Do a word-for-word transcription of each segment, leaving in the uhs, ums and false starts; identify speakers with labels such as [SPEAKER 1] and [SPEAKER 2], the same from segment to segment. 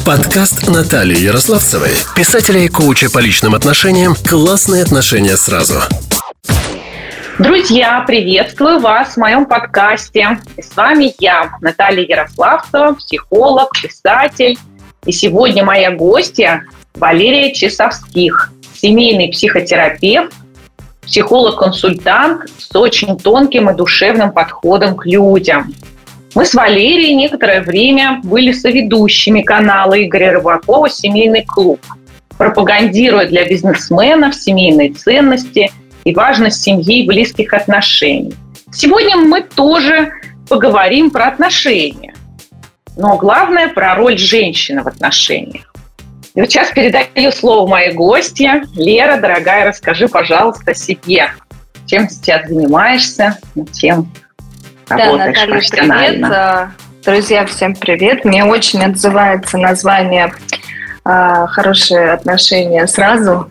[SPEAKER 1] Подкаст Натальи Ярославцевой, писателя и коуча по личным отношениям «Классные отношения сразу».
[SPEAKER 2] Друзья, приветствую вас в моем подкасте. И с вами я, Наталья Ярославцева, психолог, писатель. И сегодня моя гостья Валерия Часовских, семейный психотерапевт, психолог-консультант с очень тонким и душевным подходом к людям. Мы с Валерией некоторое время были соведущими канала Игоря Рыбакова «Семейный клуб», пропагандируя для бизнесменов семейные ценности и важность семьи и близких отношений. Сегодня мы тоже поговорим про отношения, но главное про роль женщины в отношениях. И вот сейчас передаю слово моей гостье. Лера, дорогая, расскажи, пожалуйста, о себе. Чем сейчас занимаешься, чем работаешь
[SPEAKER 3] да, Наталья,
[SPEAKER 2] профессионально?
[SPEAKER 3] Привет. Друзья, всем привет. Мне очень отзывается название «Хорошие отношения сразу».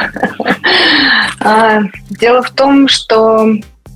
[SPEAKER 3] Дело в том, что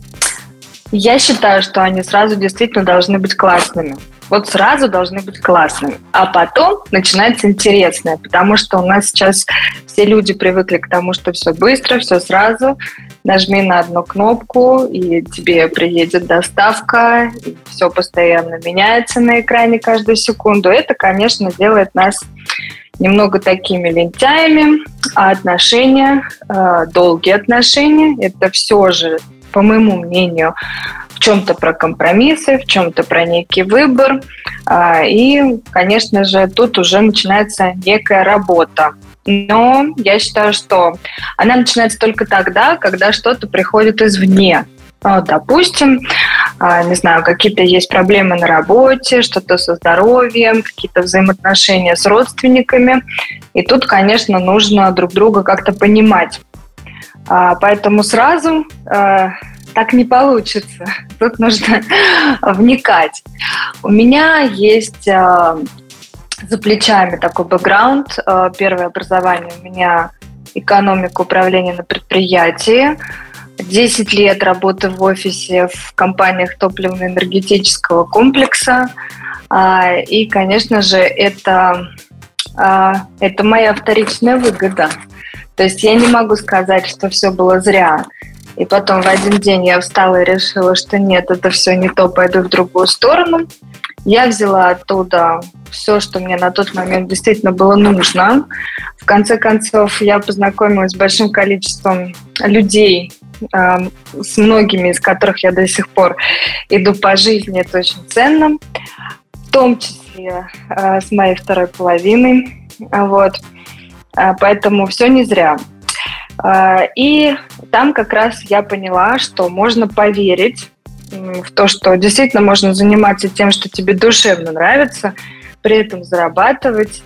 [SPEAKER 3] я считаю, что они сразу действительно должны быть классными. Вот сразу должны быть классными. А потом начинается интересное, потому что у нас сейчас все люди привыкли к тому, что все быстро, все сразу. Нажми на одну кнопку, и тебе приедет доставка, и все постоянно меняется на экране каждую секунду. Это, конечно, делает нас немного такими лентяями, а отношения, долгие отношения, это все же, по моему мнению, в чем-то про компромиссы, в чем-то про некий выбор. И, конечно же, тут уже начинается некая работа. Но я считаю, что она начинается только тогда, когда что-то приходит извне. Допустим, не знаю, какие-то есть проблемы на работе, что-то со здоровьем, какие-то взаимоотношения с родственниками. И тут, конечно, нужно друг друга как-то понимать. Поэтому сразу так не получится. Тут нужно вникать. У меня есть за плечами такой бэкграунд. Первое образование у меня экономика управления на предприятии. десять лет работы в офисе в компаниях топливно-энергетического комплекса. И, конечно же, это, это моя вторичная выгода. То есть я не могу сказать, что все было зря. И потом в один день я встала и решила, что нет, это все не то, пойду в другую сторону. Я взяла оттуда все, что мне на тот момент действительно было нужно. В конце концов, я познакомилась с большим количеством людей, э, с многими из которых я до сих пор иду по жизни. Это очень ценно. В том числе э, с моей второй половиной. Вот. Поэтому все не зря. И там как раз я поняла, что можно поверить в то, что действительно можно заниматься тем, что тебе душевно нравится, при этом зарабатывать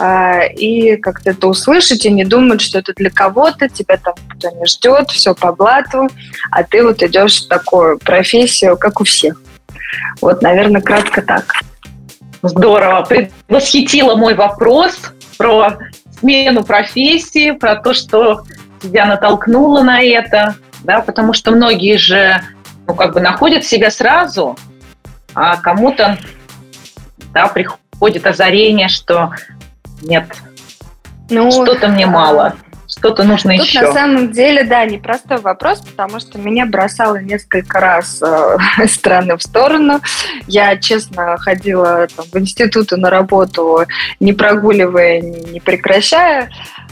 [SPEAKER 3] и как-то это услышать и не думать, что это для кого-то, тебя там никто не ждет, все по блату, а ты вот идешь в такую профессию, как у всех. Вот, наверное, кратко так.
[SPEAKER 2] Здорово. Предвосхитила мой вопрос про смену профессии, про то, что тебя натолкнуло на это, да, потому что многие же, ну, как бы находят себя сразу, а кому-то, да, приходит озарение, что нет, ну, что-то мне мало, что-то нужно
[SPEAKER 3] тут
[SPEAKER 2] еще.
[SPEAKER 3] Тут на самом деле, да, непростой вопрос, потому что меня бросало несколько раз э, из стороны в сторону. Я, честно, ходила там, в институты на работу, не прогуливая, не прекращая.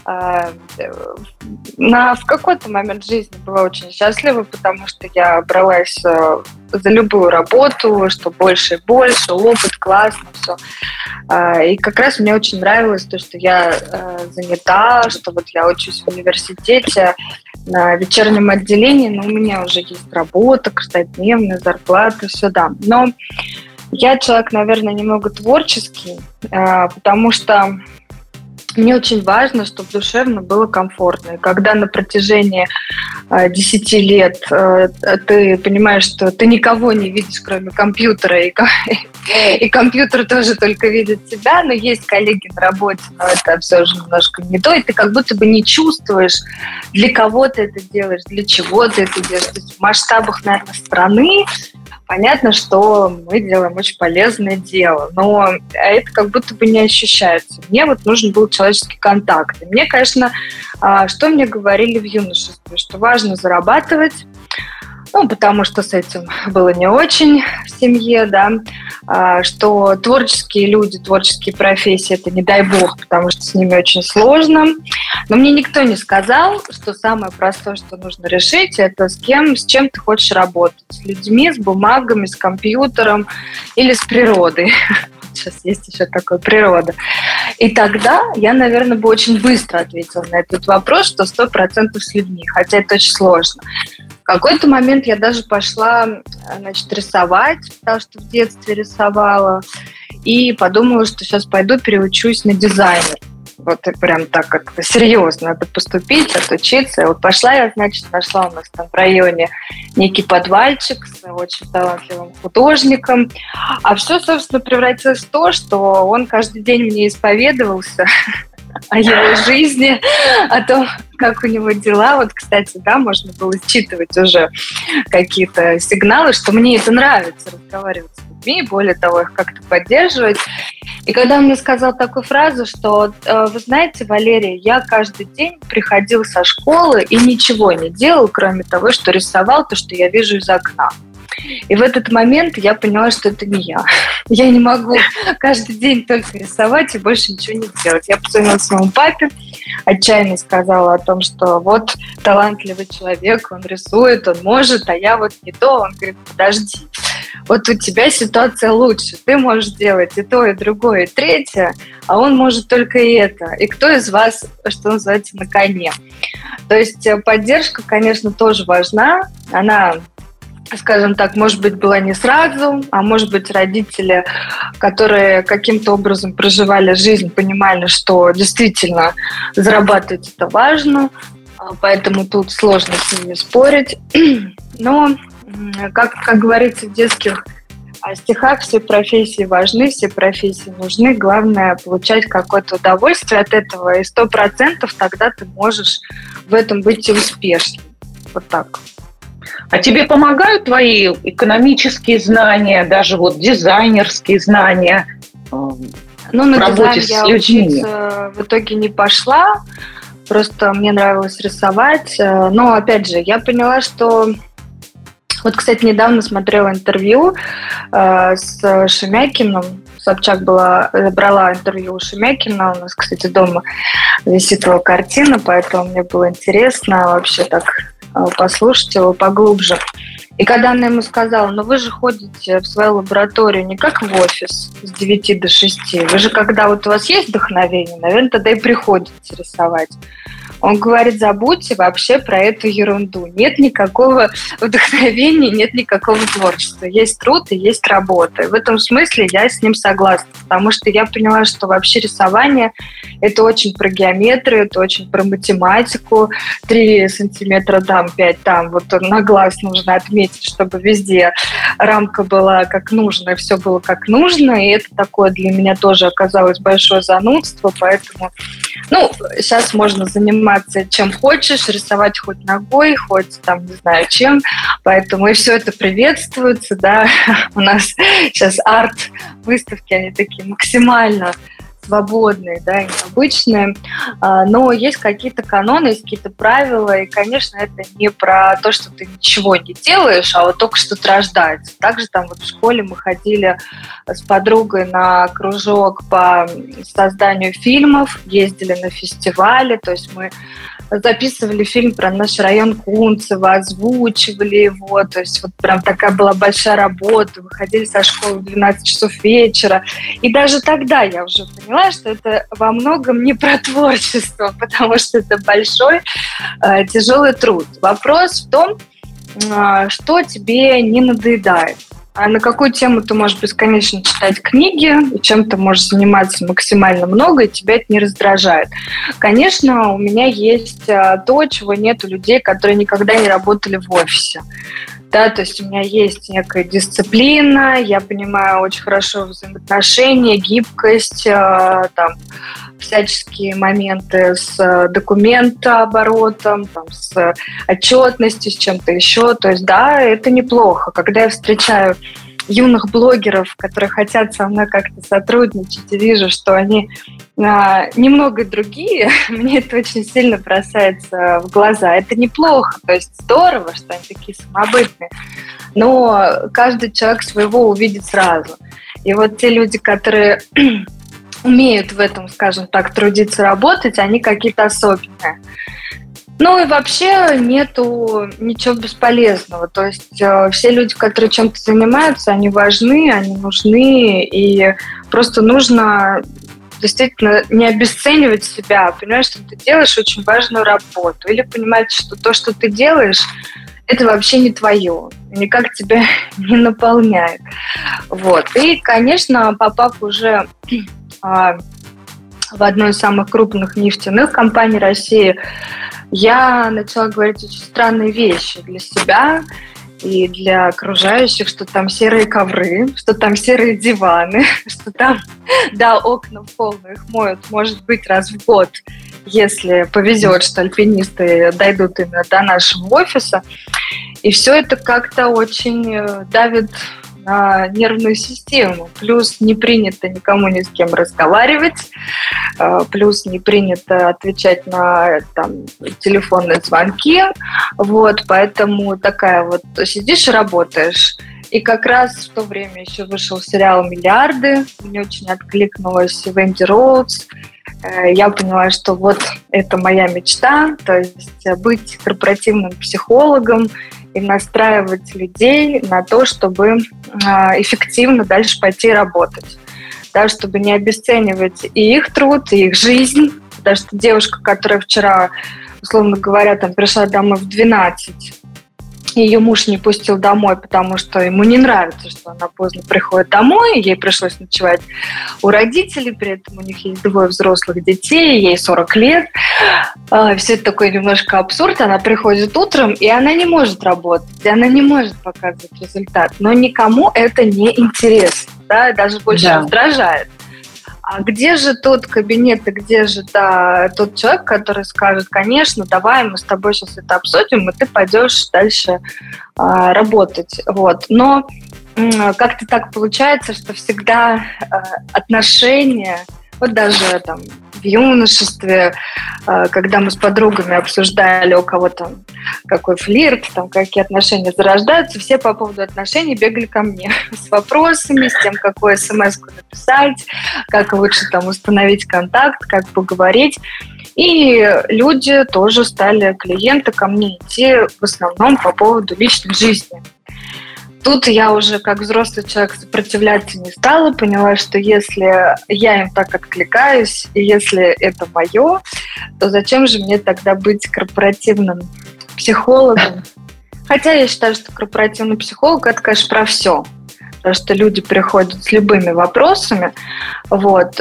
[SPEAKER 3] На, в какой-то момент жизни была очень счастлива, потому что я бралась за любую работу, что больше и больше, опыт, классно, все. И как раз мне очень нравилось то, что я занята, что вот я учусь в университете на вечернем отделении, но у меня уже есть работа, каждодневная зарплата, все, да. Но я человек, наверное, немного творческий, потому что мне очень важно, чтобы душевно было комфортно. И когда на протяжении э, десяти лет э, ты понимаешь, что ты никого не видишь, кроме компьютера, и, и компьютер тоже только видит тебя, но есть коллеги на работе, но это все же немножко не то, и ты как будто бы не чувствуешь, для кого ты это делаешь, для чего ты это делаешь. То есть в масштабах, наверное, страны понятно, что мы делаем очень полезное дело, но это как будто бы не ощущается. Мне вот нужен был человеческий контакт. И мне, конечно, что мне говорили в юношестве, что важно зарабатывать, ну, потому что с этим было не очень в семье, да, что творческие люди, творческие профессии – это не дай бог, потому что с ними очень сложно. Но мне никто не сказал, что самое простое, что нужно решить, это с кем, с чем ты хочешь работать. С людьми, с бумагами, с компьютером или с природой. Сейчас есть еще такое природа. И тогда я, наверное, бы очень быстро ответила на этот вопрос, что сто процентов с людьми, хотя это очень сложно. В какой-то момент я даже пошла, значит, рисовать, потому что в детстве рисовала, и подумала, что сейчас пойду переучусь на дизайнер. Вот и прям так как-то серьезно надо поступить, отучиться. И вот пошла я, значит, нашла у нас там в районе некий подвальчик с очень талантливым художником. А все, собственно, превратилось в то, что он каждый день мне исповедовался о его жизни, о том, как у него дела. Вот, кстати, да, можно было считывать уже какие-то сигналы, что мне это нравится, разговаривать с людьми, более того, их как-то поддерживать. И когда он мне сказал такую фразу, что, вы знаете, Валерия, я каждый день приходил со школы и ничего не делал, кроме того, что рисовал то, что я вижу из окна. И в этот момент я поняла, что это не я. Я не могу каждый день только рисовать и больше ничего не делать. Я позвонила своему папе, отчаянно сказала о том, что вот талантливый человек, он рисует, он может, а я вот не то. Он говорит, подожди, вот у тебя ситуация лучше. Ты можешь делать и то, и другое, и третье, а он может только и это. И кто из вас, что называется, на коне? То есть поддержка, конечно, тоже важна. Она, скажем так, может быть, была не сразу, а может быть, родители, которые каким-то образом проживали жизнь, понимали, что действительно зарабатывать это важно, поэтому тут сложно с ними спорить. Но, как, как говорится в детских стихах, все профессии важны, все профессии нужны, главное получать какое-то удовольствие от этого, и сто процентов тогда ты можешь в этом быть и успешным. Вот так.
[SPEAKER 2] А тебе помогают твои экономические знания, даже вот дизайнерские знания
[SPEAKER 3] ну, на
[SPEAKER 2] в работе
[SPEAKER 3] дизайн
[SPEAKER 2] с людьми?
[SPEAKER 3] Я в итоге не пошла, просто мне нравилось рисовать. Но, опять же, я поняла, что... Вот, кстати, недавно смотрела интервью э, с Шемякиным. Собчак была, брала интервью у Шемякина. У нас, кстати, дома висит его картина, поэтому мне было интересно вообще так послушать его поглубже. И когда она ему сказала, ну вы же ходите в свою лабораторию не как в офис с девяти до шести, вы же когда вот у вас есть вдохновение, наверное, тогда и приходите рисовать. Он говорит, забудьте вообще про эту ерунду. Нет никакого вдохновения, нет никакого творчества. Есть труд и есть работа. И в этом смысле я с ним согласна, потому что я поняла, что вообще рисование – это очень про геометрию, это очень про математику. Три сантиметра там, пять там. Вот на глаз нужно отметить, чтобы везде рамка была как нужно, и все было как нужно. И это такое для меня тоже оказалось большое занудство, поэтому, ну, сейчас можно заниматься чем хочешь, рисовать хоть ногой, хоть там, не знаю, чем. Поэтому и все это приветствуется, да. У нас сейчас арт-выставки, они такие максимально свободные, да, и необычные. Но есть какие-то каноны, есть какие-то правила, и, конечно, это не про то, что ты ничего не делаешь, а вот только что-то рождается. Также там вот в школе мы ходили с подругой на кружок по созданию фильмов, ездили на фестивали, то есть мы записывали фильм про наш район Кунцево, озвучивали его, то есть вот прям такая была большая работа, выходили со школы в двенадцать часов вечера, и даже тогда я уже поняла, что это во многом не про творчество, потому что это большой э, тяжелый труд. Вопрос в том, э, что тебе не надоедает. А на какую тему ты можешь бесконечно читать книги, и чем ты можешь заниматься максимально много, и тебя это не раздражает. Конечно, у меня есть то, чего нет у людей, которые никогда не работали в офисе. Да, то есть у меня есть некая дисциплина, я понимаю очень хорошо взаимоотношения, гибкость, там, всяческие моменты с документооборотом, там, с отчетностью, с чем-то еще. То есть, да, это неплохо. Когда я встречаю юных блогеров, которые хотят со мной как-то сотрудничать, и вижу, что они а, немного другие, мне это очень сильно бросается в глаза. Это неплохо, то есть здорово, что они такие самобытные, но каждый человек своего увидит сразу. И вот те люди, которые умеют в этом, скажем так, трудиться, работать, они какие-то особенные. Ну и вообще нету ничего бесполезного. То есть э, все люди, которые чем-то занимаются, они важны, они нужны, и просто нужно действительно не обесценивать себя, понимаешь, что ты делаешь очень важную работу, или понимать, что то, что ты делаешь, это вообще не твое, никак тебя не наполняет. Вот. И, конечно, попав уже э, в одну из самых крупных нефтяных компаний России, я начала говорить очень странные вещи для себя и для окружающих, что там серые ковры, что там серые диваны, что там, да, окна в пол, их моют, может быть, раз в год, если повезет, что альпинисты дойдут именно до нашего офиса. И все это как-то очень давит на нервную систему. Плюс не принято никому ни с кем разговаривать, плюс не принято отвечать на там, телефонные звонки. Вот, поэтому такая вот сидишь и работаешь. И как раз в то время еще вышел сериал «Миллиарды». Мне очень откликнулось Венди Роудс. Я поняла, что вот это моя мечта, то есть быть корпоративным психологом и настраивать людей на то, чтобы эффективно дальше пойти работать. Да, чтобы не обесценивать и их труд, и их жизнь. Потому что девушка, которая вчера, условно говоря, там пришла домой в двенадцать, ее муж не пустил домой, потому что ему не нравится, что она поздно приходит домой, ей пришлось ночевать у родителей, при этом у них есть двое взрослых детей, ей сорок лет. Все это такой немножко абсурд. Она приходит утром, и она не может работать, и она не может показывать результат. Но никому это не интересно, да, даже больше да. раздражает. А где же тот кабинет, и где же да, тот человек, который скажет, конечно, давай мы с тобой сейчас это обсудим, и ты пойдешь дальше а, работать. Вот. Но м- как-то так получается, что всегда а, отношения, вот даже там в юношестве, а, когда мы с подругами обсуждали, у кого там какой флирт, там какие отношения зарождаются, все по поводу отношений бегали ко мне с вопросами, с тем, какую смс-ку написать, как лучше там установить контакт, как поговорить. И люди тоже стали, клиенты ко мне идти в основном по поводу личной жизни. Тут я уже как взрослый человек сопротивляться не стала, поняла, что если я им так откликаюсь, и если это мое, то зачем же мне тогда быть корпоративным психологом? Хотя я считаю, что корпоративный психолог – это, конечно, про все. Потому что люди приходят с любыми вопросами. Вот.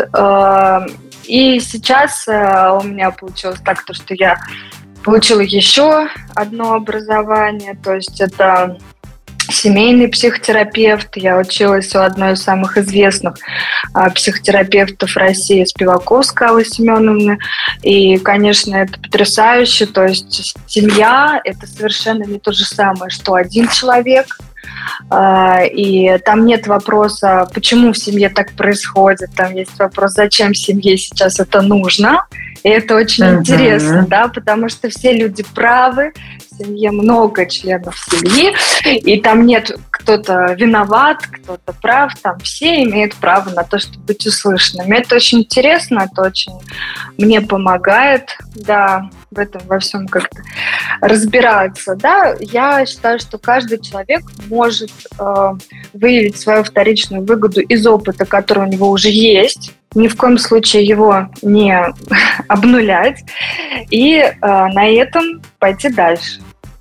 [SPEAKER 3] И сейчас у меня получилось так, что я получила еще одно образование, то есть это семейный психотерапевт. Я училась у одной из самых известных а, психотерапевтов России, Спиваковской Аллы Семеновны. И, конечно, это потрясающе. То есть семья – это совершенно не то же самое, что один человек. А, и там нет вопроса, почему в семье так происходит. Там есть вопрос, зачем семье сейчас это нужно. И это очень uh-huh. интересно, да, потому что все люди правы, в семье много членов семьи, и там нет кто-то виноват, кто-то прав, там все имеют право на то, чтобы быть услышанными. Это очень интересно, это очень мне помогает, да, в этом во всем как-то разбираться, да. Я считаю, что каждый человек может э, выявить свою вторичную выгоду из опыта, который у него уже есть, ни в коем случае его не обнулять и э, на этом пойти дальше.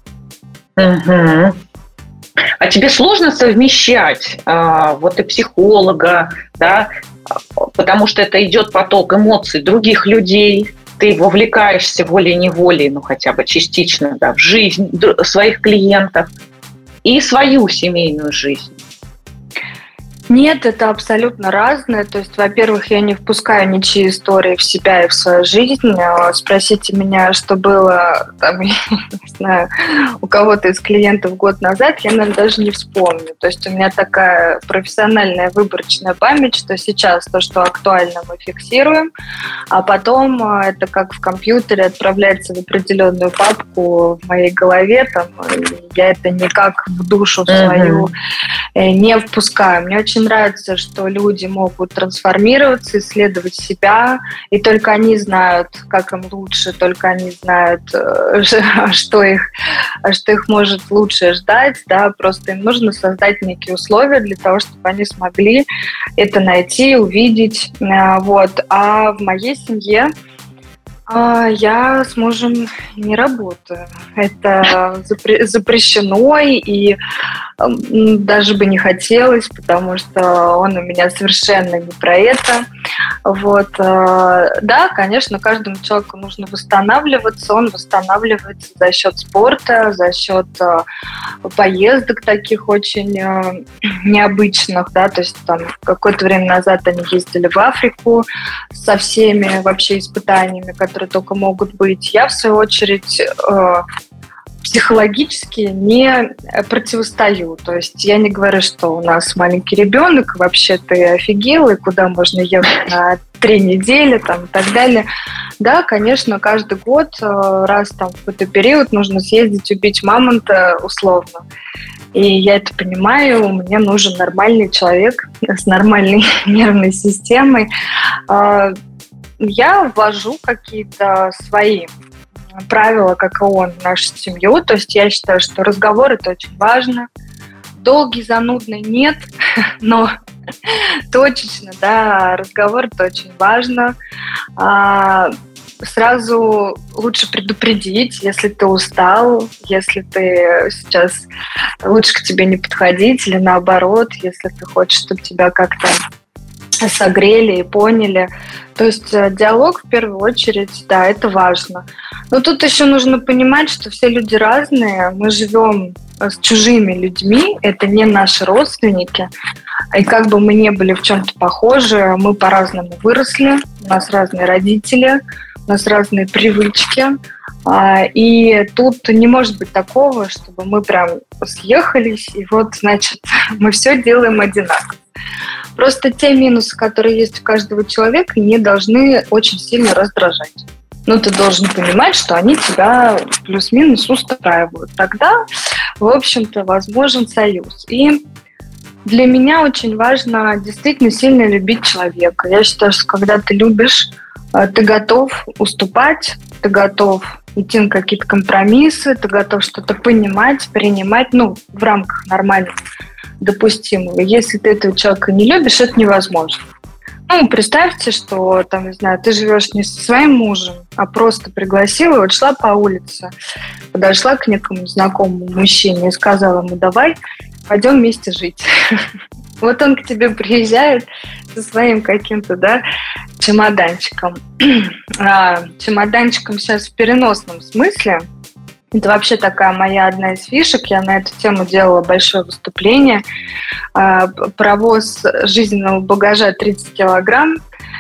[SPEAKER 2] Угу. А тебе сложно совмещать э, вот и психолога, да, потому что это идет поток эмоций других людей, ты вовлекаешься волей-неволей, ну хотя бы частично, да, в жизнь своих клиентов и свою семейную жизнь?
[SPEAKER 3] Нет, это абсолютно разное. То есть, во-первых, я не впускаю ничьи истории в себя и в свою жизнь. Спросите меня, что было, там, я не знаю, у кого-то из клиентов год назад, я, наверное, даже не вспомню. То есть у меня такая профессиональная выборочная память, что сейчас то, что актуально, мы фиксируем, а потом это как в компьютере отправляется в определенную папку в моей голове, там, я это никак в душу в свою uh-huh. не впускаю. Мне очень нравится, что люди могут трансформироваться, исследовать себя, и только они знают, как им лучше, только они знают, что их, что их может лучше ждать, да, просто им нужно создать некие условия для того, чтобы они смогли это найти, увидеть, вот. А в моей семье я с мужем не работаю. Это запрещено, и даже бы не хотелось, потому что он у меня совершенно не про это. Вот. Да, конечно, каждому человеку нужно восстанавливаться. Он восстанавливается за счет спорта, за счет поездок таких очень необычных. Да? То есть там какое-то время назад они ездили в Африку со всеми вообще испытаниями, которые только могут быть. Я, в свою очередь, психологически не противостою. То есть я не говорю, что у нас маленький ребенок, вообще ты офигел, и куда можно ехать на три недели там, и так далее. Да, конечно, каждый год, раз там в какой-то период нужно съездить убить мамонта условно. И я это понимаю, мне нужен нормальный человек с нормальной нервной системой. Я ввожу какие-то свои правила, как и он, в нашу семью. То есть я считаю, что разговор – это очень важно. Долгий, занудный – нет, но точечно, да, разговор – это очень важно. Сразу лучше предупредить, если ты устал, если ты сейчас лучше к тебе не подходить, или наоборот, если ты хочешь, чтобы тебя как-то согрели и поняли. То есть диалог в первую очередь, да, это важно. Но тут еще нужно понимать, что все люди разные, мы живем с чужими людьми, это не наши родственники. И как бы мы не были в чем-то похожи, мы по-разному выросли, у нас разные родители, у нас разные привычки. И тут не может быть такого, чтобы мы прям съехались, и вот, значит, мы все делаем одинаково. Просто те минусы, которые есть у каждого человека, не должны очень сильно раздражать. Но ты должен понимать, что они тебя плюс-минус устраивают. Тогда, в общем-то, возможен союз. И для меня очень важно действительно сильно любить человека. Я считаю, что когда ты любишь, ты готов уступать, ты готов идти на какие-то компромиссы, ты готов что-то понимать, принимать, ну, в рамках нормальных, допустимого. Если ты этого человека не любишь, это невозможно. Ну, представьте, что, там, не знаю, ты живешь не со своим мужем, а просто пригласила, вот шла по улице, подошла к некому знакомому мужчине и сказала ему: давай пойдем вместе жить. Вот он к тебе приезжает со своим каким-то, да, чемоданчиком. А, чемоданчиком сейчас в переносном смысле. Это вообще такая моя одна из фишек. Я на эту тему делала большое выступление. Провоз жизненного багажа тридцать килограмм.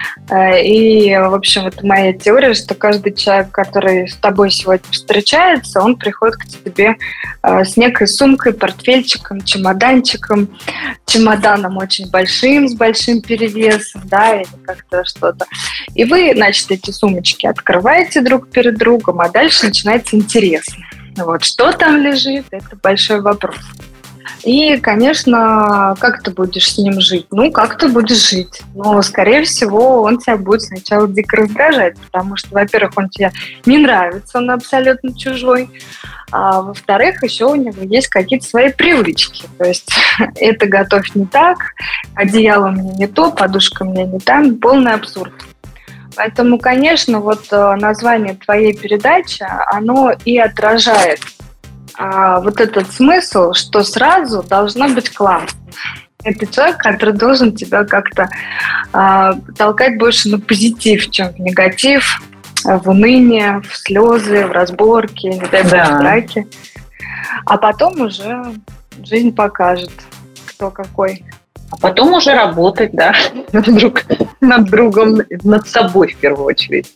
[SPEAKER 3] И, в общем, это моя теория, что каждый человек, который с тобой сегодня встречается, он приходит к тебе с некой сумкой, портфельчиком, чемоданчиком, чемоданом очень большим, с большим перевесом, да, или как-то что-то. И вы, значит, эти сумочки открываете друг перед другом, а дальше начинается интересно. Вот, что там лежит, это большой вопрос. И, конечно, как ты будешь с ним жить? Ну, как ты будешь жить? Но, скорее всего, он тебя будет сначала дико раздражать, потому что, во-первых, он тебе не нравится, он абсолютно чужой, а во-вторых, еще у него есть какие-то свои привычки. То есть это готовь не так, одеяло мне не то, подушка мне не там, полный абсурд. Поэтому, конечно, вот название твоей передачи, оно и отражает а, вот этот смысл, что сразу должно быть классно. Это человек, который должен тебя как-то а, толкать больше на позитив, чем в негатив, в уныние, в слезы, в разборки, не дай бог, в драки. А потом уже жизнь покажет, кто какой.
[SPEAKER 2] А потом уже работать, да, друг над другом, над собой в первую очередь.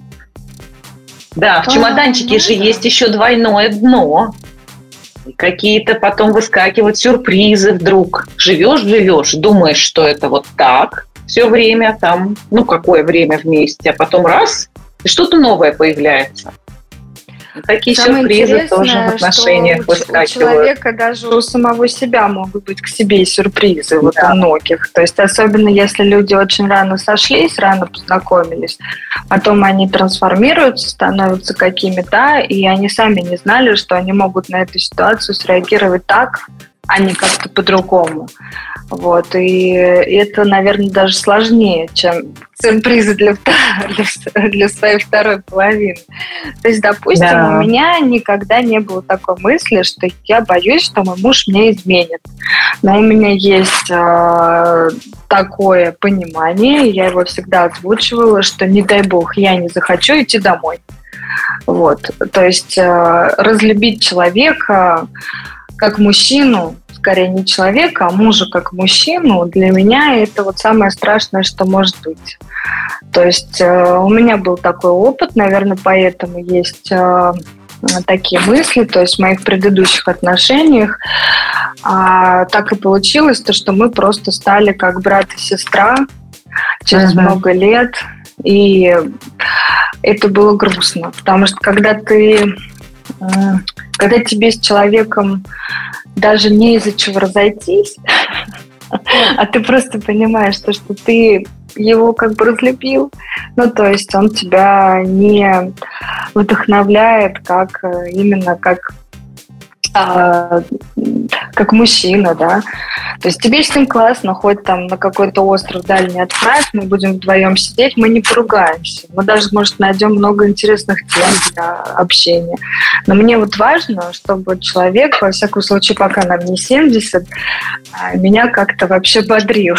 [SPEAKER 2] Да, в чемоданчике же есть еще двойное дно. И какие-то потом выскакивают сюрпризы вдруг. Живешь, живешь, думаешь, что это вот так все время, там, ну, какое время вместе, а потом раз, и что-то новое появляется. И такие
[SPEAKER 3] Самое
[SPEAKER 2] сюрпризы тоже в отношениях
[SPEAKER 3] что
[SPEAKER 2] выскакивают.
[SPEAKER 3] У человека даже у самого себя могут быть к себе сюрпризы, вот
[SPEAKER 2] Да.
[SPEAKER 3] у многих. То есть особенно если люди очень рано сошлись, рано познакомились, потом они трансформируются, становятся какими-то, и они сами не знали, что они могут на эту ситуацию среагировать так, а не как-то по-другому. Вот. И это, наверное, даже сложнее, чем сюрпризы для, для, для своей второй половины. То есть, допустим,
[SPEAKER 2] Да.
[SPEAKER 3] у меня никогда не было такой мысли, что я боюсь, что мой муж меня изменит. Но у меня есть э, такое понимание, я его всегда озвучивала, что, не дай бог, я не захочу идти домой. Вот. То есть э, разлюбить человека как мужчину, скорее не человека, а мужа как мужчину, для меня это вот самое страшное, что может быть. То есть э, у меня был такой опыт, наверное, поэтому есть э, такие мысли, то есть в моих предыдущих отношениях э, так и получилось, то, что мы просто стали как брат и сестра через uh-huh. много лет, и это было грустно, потому что когда ты когда тебе с человеком даже не из-за чего разойтись, а ты просто понимаешь, то, что ты его как бы разлюбил, ну, то есть он тебя не вдохновляет как именно как а, как мужчина, да. То есть тебе с ним классно, хоть там на какой-то остров дальний отправь, мы будем вдвоем сидеть, мы не поругаемся. Мы даже, может, найдем много интересных тем для общения. Но мне вот важно, чтобы человек, во всяком случае, пока нам не семьдесят, меня как-то вообще бодрил.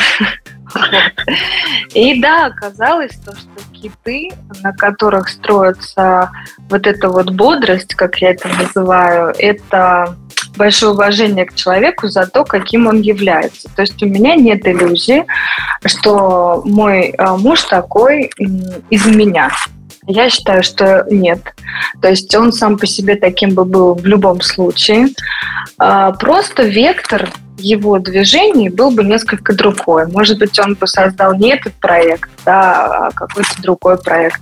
[SPEAKER 3] И да, оказалось, то, что киты, на которых строится вот эта вот бодрость, как я это называю, это большое уважение к человеку за то, каким он является. То есть у меня нет иллюзии, что мой муж такой из меня. Я считаю, что нет. То есть он сам по себе таким бы был в любом случае. Просто вектор его движений был бы несколько другой. Может быть, он бы создал не этот проект, да, а какой-то другой проект.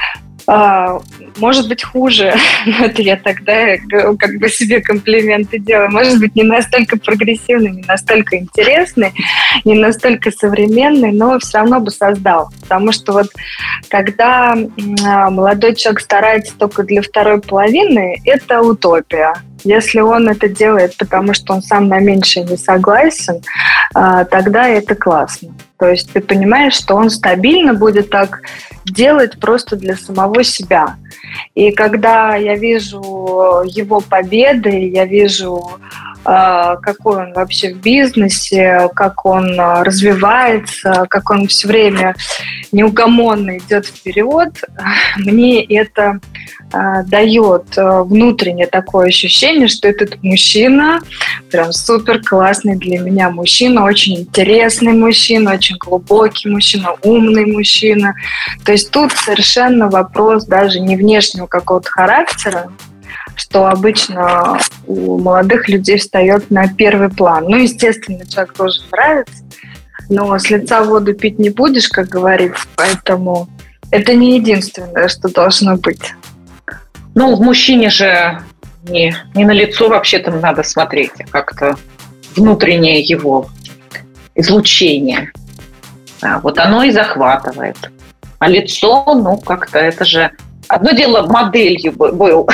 [SPEAKER 3] Может быть, хуже. Это я тогда как бы себе комплименты делаю. Может быть, не настолько прогрессивный, не настолько интересный, не настолько современный, но все равно бы создал. Потому что вот когда молодой человек старается только для второй половины, это утопия. Если он это делает, потому что он сам на меньшее не согласен, тогда это классно. То есть ты понимаешь, что он стабильно будет так делать просто для самого себя. И когда я вижу его победы, я вижу, какой он вообще в бизнесе, как он развивается, как он все время неугомонно идет вперед, мне это дает внутреннее такое ощущение, что этот мужчина прям супер классный для меня мужчина, очень интересный мужчина, очень глубокий мужчина, умный мужчина. То есть тут совершенно вопрос даже не внешнего какого-то характера, что обычно у молодых людей встает на первый план. Ну, естественно, человек тоже нравится, но с лица воду пить не будешь, как говорится, поэтому это не единственное, что должно быть.
[SPEAKER 2] Ну, в мужчине же не, не на лицо вообще-то надо смотреть, а как-то внутреннее его излучение. Да, вот оно и захватывает. А лицо, ну, как-то это же... Одно дело моделью был.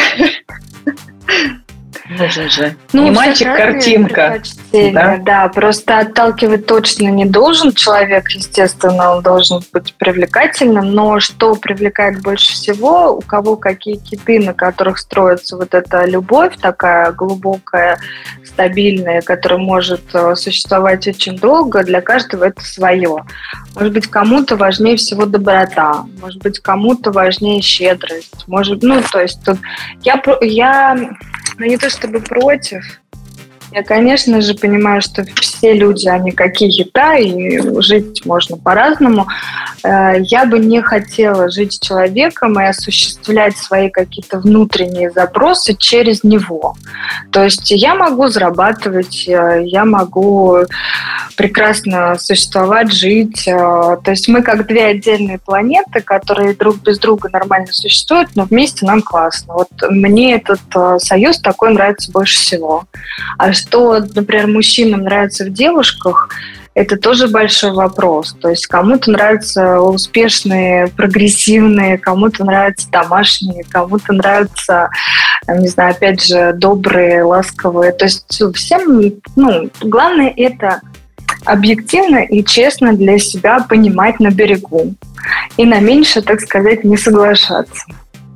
[SPEAKER 2] Нужен же
[SPEAKER 3] ну,
[SPEAKER 2] не мальчик-картинка.
[SPEAKER 3] Да? да, просто отталкивать точно не должен человек, естественно, он должен быть привлекательным, но что привлекает больше всего, у кого какие киты, на которых строится вот эта любовь такая глубокая, стабильная, которая может существовать очень долго, для каждого это свое. Может быть, кому-то важнее всего доброта, может быть, кому-то важнее щедрость, может, ну, то есть тут я, я ну, не то чтобы против, Я, конечно же, понимаю, что все люди, они какие-то, и жить можно по-разному. Я бы не хотела жить с человеком и осуществлять свои какие-то внутренние запросы через него. То есть я могу зарабатывать, я могу прекрасно существовать, жить. То есть мы как две отдельные планеты, которые друг без друга нормально существуют, но вместе нам классно. Вот мне этот союз такой нравится больше всего. А что, например, мужчинам нравится в девушках, это тоже большой вопрос. То есть кому-то нравятся успешные, прогрессивные, кому-то нравятся домашние, кому-то нравятся, не знаю, опять же, добрые, ласковые. То есть всем, ну, главное это объективно и честно для себя понимать на берегу. И на меньше, так сказать, не соглашаться.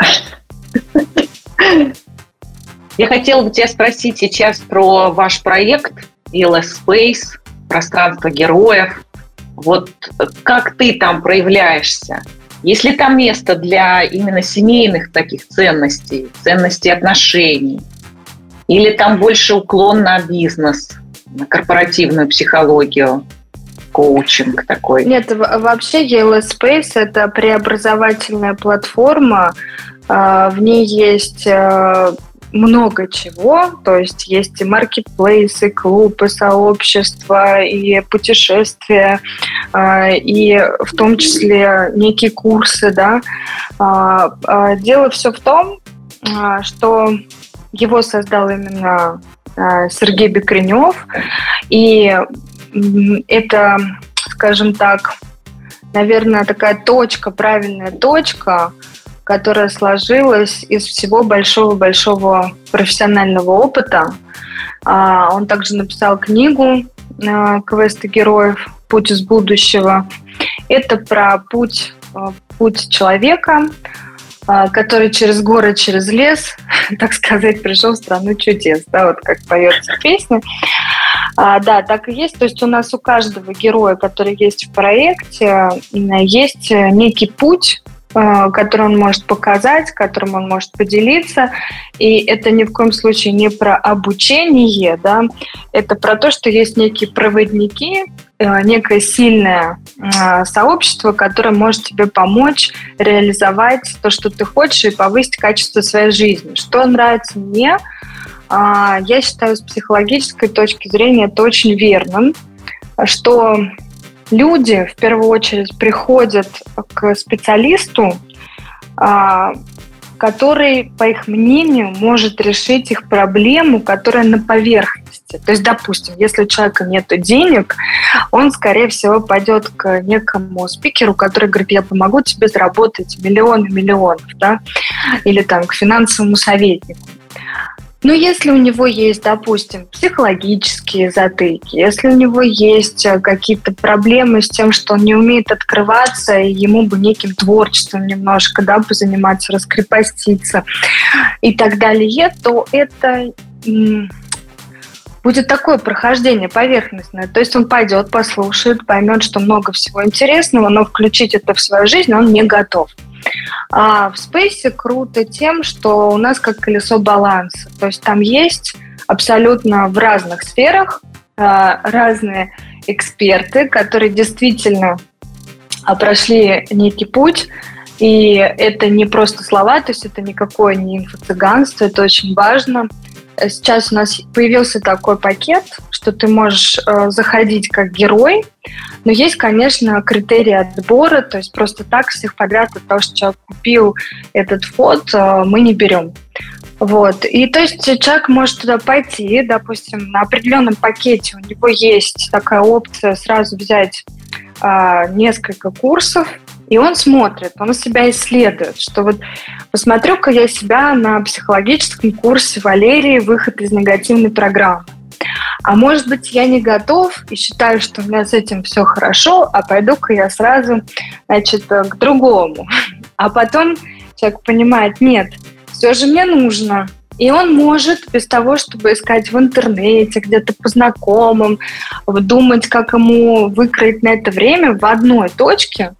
[SPEAKER 2] Я хотела бы тебя спросить сейчас про ваш проект и эл эс Space, пространство героев. Вот как ты там проявляешься? Есть ли там место для именно семейных таких ценностей, ценностей отношений? Или там больше уклон на бизнес, на корпоративную психологию, коучинг такой?
[SPEAKER 3] Нет, вообще и эл эс Space – это преобразовательная платформа. В ней есть много чего, то есть есть и маркетплейс, и клуб, и сообщество, и путешествия, и в том числе некие курсы, да. Дело все в том, что его создал именно Сергей Бекренев, и это, скажем так, наверное, такая точка, правильная точка, которая сложилась из всего большого-большого профессионального опыта. Он также написал книгу «Квесты героев. Путь из будущего». Это про путь, путь человека, который через горы, через лес, так сказать, пришел в страну чудес. Да, вот как поется в песне. А, да, так и есть. То есть у нас у каждого героя, который есть в проекте, есть некий путь, который он может показать, которым он может поделиться. И это ни в коем случае не про обучение, да, это про то, что есть некие проводники, некое сильное сообщество, которое может тебе помочь реализовать то, что ты хочешь, и повысить качество своей жизни. Что нравится мне, я считаю, с психологической точки зрения это очень верно, что люди в первую очередь приходят к специалисту, который, по их мнению, может решить их проблему, которая на поверхности. То есть, допустим, если у человека нет денег, он, скорее всего, пойдет к некому спикеру, который говорит: я помогу тебе заработать миллионы миллионов, да? Или там к финансовому советнику. Но если у него есть, допустим, психологические затыки, если у него есть какие-то проблемы с тем, что он не умеет открываться, и ему бы неким творчеством немножко, да, позаниматься, раскрепоститься и так далее, то это м- будет такое прохождение поверхностное. То есть он пойдет, послушает, поймет, что много всего интересного, но включить это в свою жизнь он не готов. А в Space круто тем, что у нас как колесо баланса. То есть там есть абсолютно в разных сферах разные эксперты, которые действительно прошли некий путь. И это не просто слова, то есть это никакое не инфо-цыганство, это очень важно. Сейчас у нас появился такой пакет, что ты можешь э, заходить как герой, но есть, конечно, критерии отбора, то есть просто так всех подряд от того, что человек купил этот фонд, э, мы не берем. Вот. И то есть человек может туда пойти, допустим, на определенном пакете у него есть такая опция сразу взять э, несколько курсов, и он смотрит, он себя исследует, что вот посмотрю-ка я себя на психологическом курсе Валерии «Выход из негативной программы». А может быть, я не готов и считаю, что у меня с этим все хорошо, а пойду-ка я сразу, значит, к другому. А потом человек понимает: нет, все же мне нужно. И он может без того, чтобы искать в интернете, где-то по знакомым, думать, как ему выкроить на это время, в одной точке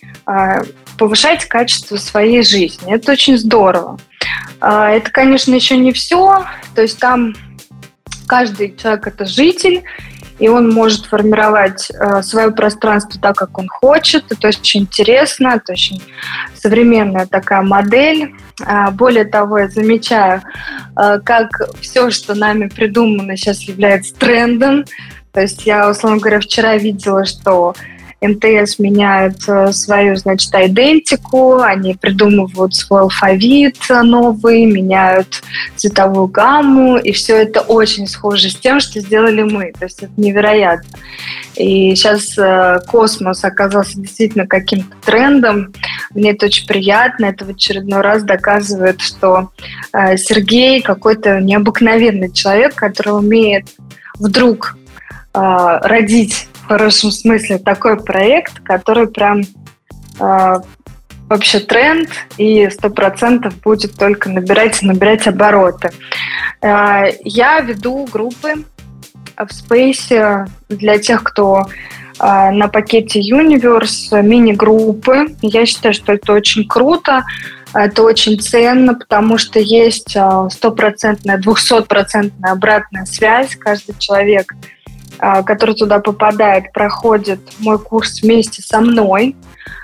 [SPEAKER 3] повышать качество своей жизни. Это очень здорово. Это, конечно, еще не все. То есть там каждый человек – это житель, и он может формировать э, свое пространство так, как он хочет. Это очень интересно, это очень современная такая модель. Э, более того, я замечаю, э, как все, что нами придумано, сейчас является трендом. То есть я, условно говоря, вчера видела, что эм тэ эс меняет свою, значит, идентику, они придумывают свой алфавит новый, меняют цветовую гамму, и все это очень схоже с тем, что сделали мы. То есть это невероятно. И сейчас э, космос оказался действительно каким-то трендом. Мне это очень приятно. Это в очередной раз доказывает, что э, Сергей какой-то необыкновенный человек, который умеет вдруг э, родить в хорошем смысле такой проект, который прям э, вообще тренд и сто процентов будет только набирать и набирать обороты. Э, я веду группы в Space для тех, кто э, на пакете Universe, мини-группы. Я считаю, что это очень круто, это очень ценно, потому что есть стопроцентная, двухсотпроцентная обратная связь. Каждый человек, который туда попадает, проходит мой курс вместе со мной.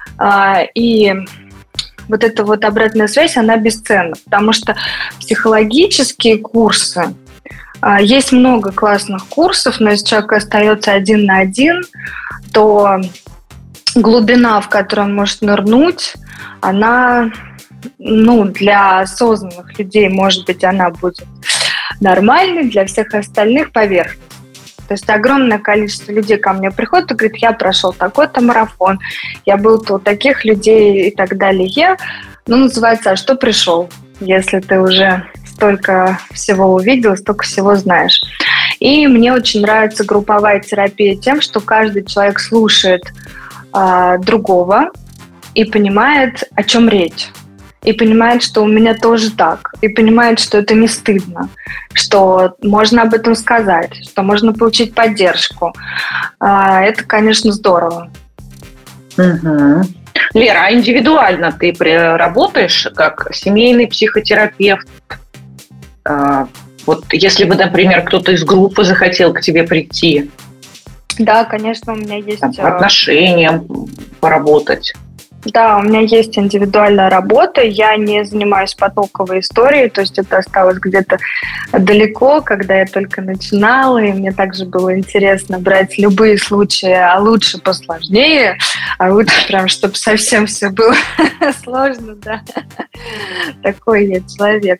[SPEAKER 3] И вот эта вот обратная связь, она бесценна, потому что психологические курсы, есть много классных курсов, но если человек остается один на один, то глубина, в которую он может нырнуть, она, ну, для осознанных людей, может быть, она будет нормальной, для всех остальных поверхностной. То есть огромное количество людей ко мне приходит и говорит: я прошел такой-то марафон, я был у таких людей и так далее. Ну, называется, а что пришел, если ты уже столько всего увидел, столько всего знаешь. И мне очень нравится групповая терапия тем, что каждый человек слушает э, другого и понимает, о чем речь. И понимает, что у меня тоже так. И понимает, что это не стыдно, что можно об этом сказать, что можно получить поддержку. Это, конечно, здорово.
[SPEAKER 2] Угу. Лера, а индивидуально ты работаешь как семейный психотерапевт? Вот если бы, например, кто-то из группы захотел к тебе прийти.
[SPEAKER 3] Да, конечно, у меня есть...
[SPEAKER 2] Там, по отношениям поработать.
[SPEAKER 3] Да, у меня есть индивидуальная работа, я не занимаюсь потоковой историей, то есть это осталось где-то далеко, когда я только начинала, и мне также было интересно брать любые случаи, а лучше посложнее, а лучше прям, чтобы совсем все было сложно, да. Такой я человек.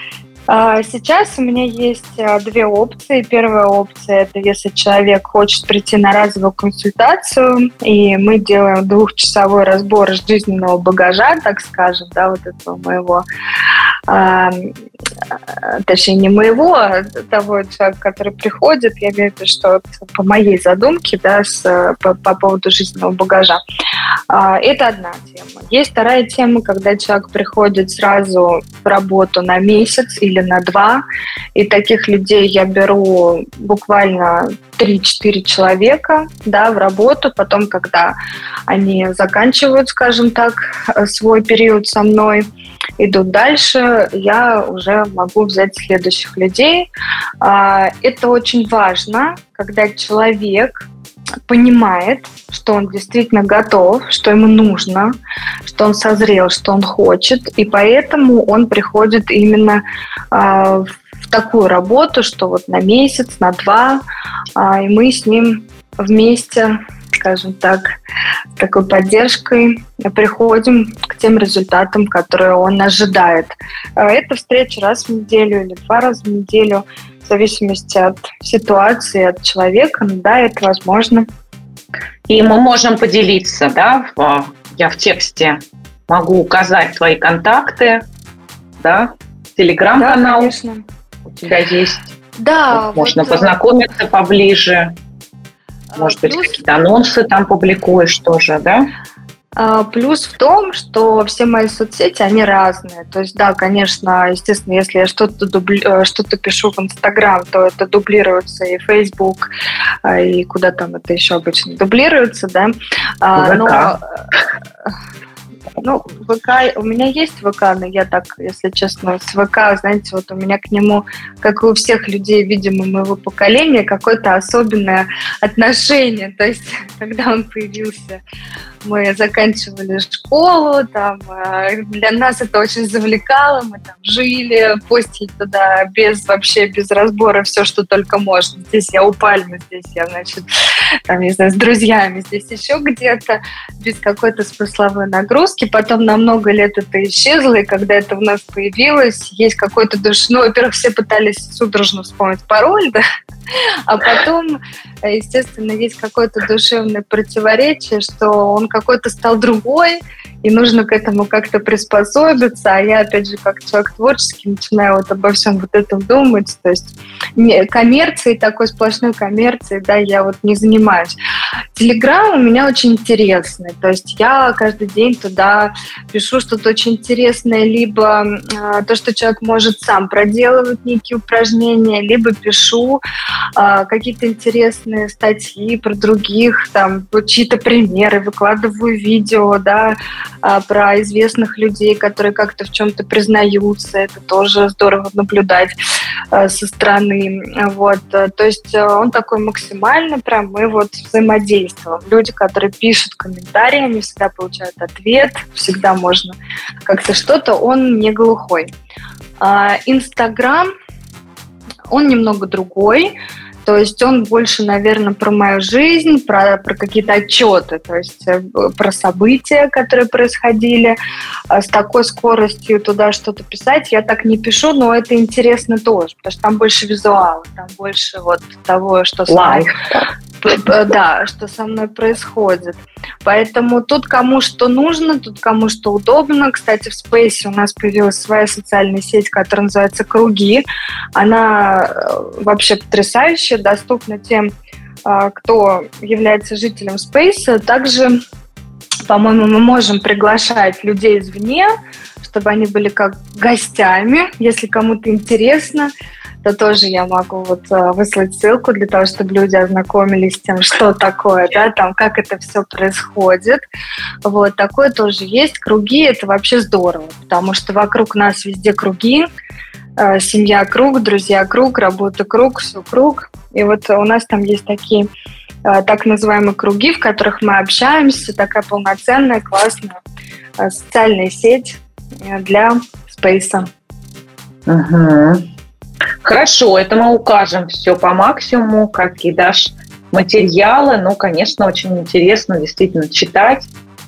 [SPEAKER 3] Сейчас у меня есть две опции. Первая опция – это если человек хочет прийти на разовую консультацию, и мы делаем двухчасовой разбор жизненного багажа, так скажем, да, вот этого моего, а, точнее, не моего, а того человека, который приходит, я имею в виду, что по моей задумке, да, с, по, по поводу жизненного багажа. А, это одна тема. Есть вторая тема, когда человек приходит сразу в работу на месяц или на два, и таких людей я беру буквально три-четыре человека, да, в работу. Потом, когда они заканчивают, скажем так, свой период со мной, идут дальше, я уже могу взять следующих людей. Это очень важно, когда человек понимает, что он действительно готов, что ему нужно, что он созрел, что он хочет, и поэтому он приходит именно э, в такую работу, что вот на месяц, на два, э, и мы с ним вместе, скажем так, с такой поддержкой приходим к тем результатам, которые он ожидает. Это встреча раз в неделю или два раза в неделю, в зависимости от ситуации, от человека, ну, да, это возможно.
[SPEAKER 2] И мы можем поделиться, да, в, я в тексте могу указать твои контакты, да, телеграм-канал,
[SPEAKER 3] да, конечно.
[SPEAKER 2] У тебя есть.
[SPEAKER 3] Да.
[SPEAKER 2] Вот, можно
[SPEAKER 3] вот,
[SPEAKER 2] познакомиться поближе, может
[SPEAKER 3] плюс...
[SPEAKER 2] быть, какие-то анонсы там публикуешь тоже, да?
[SPEAKER 3] Плюс в том, что все мои соцсети, они разные. То есть, да, конечно, естественно, если я что-то, дубли... что-то пишу в Инстаграм, то это дублируется и Фейсбук, и куда там это еще обычно дублируется, да. Но Ну, ВК, у меня есть ВК, но я так, если честно, с ВК, знаете, вот у меня к нему, как и у всех людей, видимо, моего поколения, какое-то особенное отношение. То есть, когда он появился, мы заканчивали школу, там, для нас это очень завлекало, мы там жили, постили туда без, вообще без разбора все, что только можно. Здесь я у пальмы, здесь я, значит, там, не знаю, с друзьями, здесь еще где-то, без какой-то смысловой нагрузки. Потом на много лет это исчезло, и когда это у нас появилось, есть какой-то душ... Ну, во-первых, все пытались судорожно вспомнить пароль, да, а потом, естественно, есть какое-то душевное противоречие, что он какой-то стал другой, и нужно к этому как-то приспособиться. А я, опять же, как человек творческий, начинаю вот обо всем вот этом думать. То есть коммерцией, такой сплошной коммерцией, да, я вот не занимаюсь. Телеграм у меня очень интересный. То есть я каждый день туда пишу что-то очень интересное, либо э, то, что человек может сам проделывать, некие упражнения, либо пишу э, какие-то интересные статьи про других, там, чьи-то примеры, выкладываю видео, да, про известных людей, которые как-то в чем-то признаются. Это тоже здорово наблюдать со стороны. Вот. То есть он такой максимально прям, мы вот взаимодействуем. Люди, которые пишут комментарии, они всегда получают ответ, всегда можно как-то что-то, он не глухой. Инстаграм, он немного другой. То есть он больше, наверное, про мою жизнь, про, про какие-то отчеты, то есть про события, которые происходили. С такой скоростью туда что-то писать я так не пишу, но это интересно тоже, потому что там больше визуала, там больше вот того, что со мной, да, что со мной происходит. Поэтому тут кому что нужно, тут кому что удобно. Кстати, в Space у нас появилась своя социальная сеть, которая называется «Круги». Она вообще потрясающая, доступна тем, кто является жителем Space. Также, по-моему, мы можем приглашать людей извне, чтобы они были как гостями. Если кому-то интересно, то тоже я могу вот выслать ссылку для того, чтобы люди ознакомились с тем, что такое, да, там, как это все происходит. Вот, такое тоже есть. Круги — это вообще здорово, потому что вокруг нас везде круги. Семья — круг, друзья — круг, работа — круг, все — круг. И вот у нас там есть такие так называемые круги, в которых мы общаемся. Такая полноценная, классная социальная сеть для спейса.
[SPEAKER 2] Угу. Хорошо, это мы укажем все по максимуму, какие дашь материалы. Ну, конечно, очень интересно действительно читать,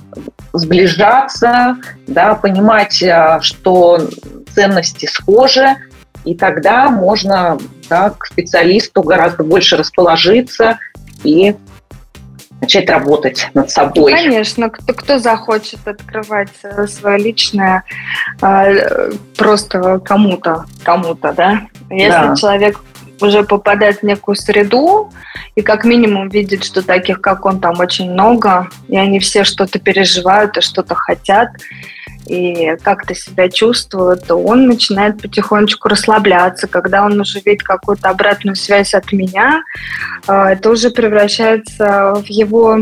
[SPEAKER 2] сближаться, да, понимать, что ценности схожи, и тогда можно, да, к специалисту гораздо больше расположиться и начать работать над собой.
[SPEAKER 3] Конечно, кто, кто захочет открывать свое личное э, просто кому-то, кому-то, да. Если да. человек уже попадает в некую среду и как минимум видит, что таких, как он, там очень много, и они все что-то переживают и что-то хотят, и как-то себя чувствуют, то он начинает потихонечку расслабляться. Когда он уже видит какую-то обратную связь от меня, это уже превращается в его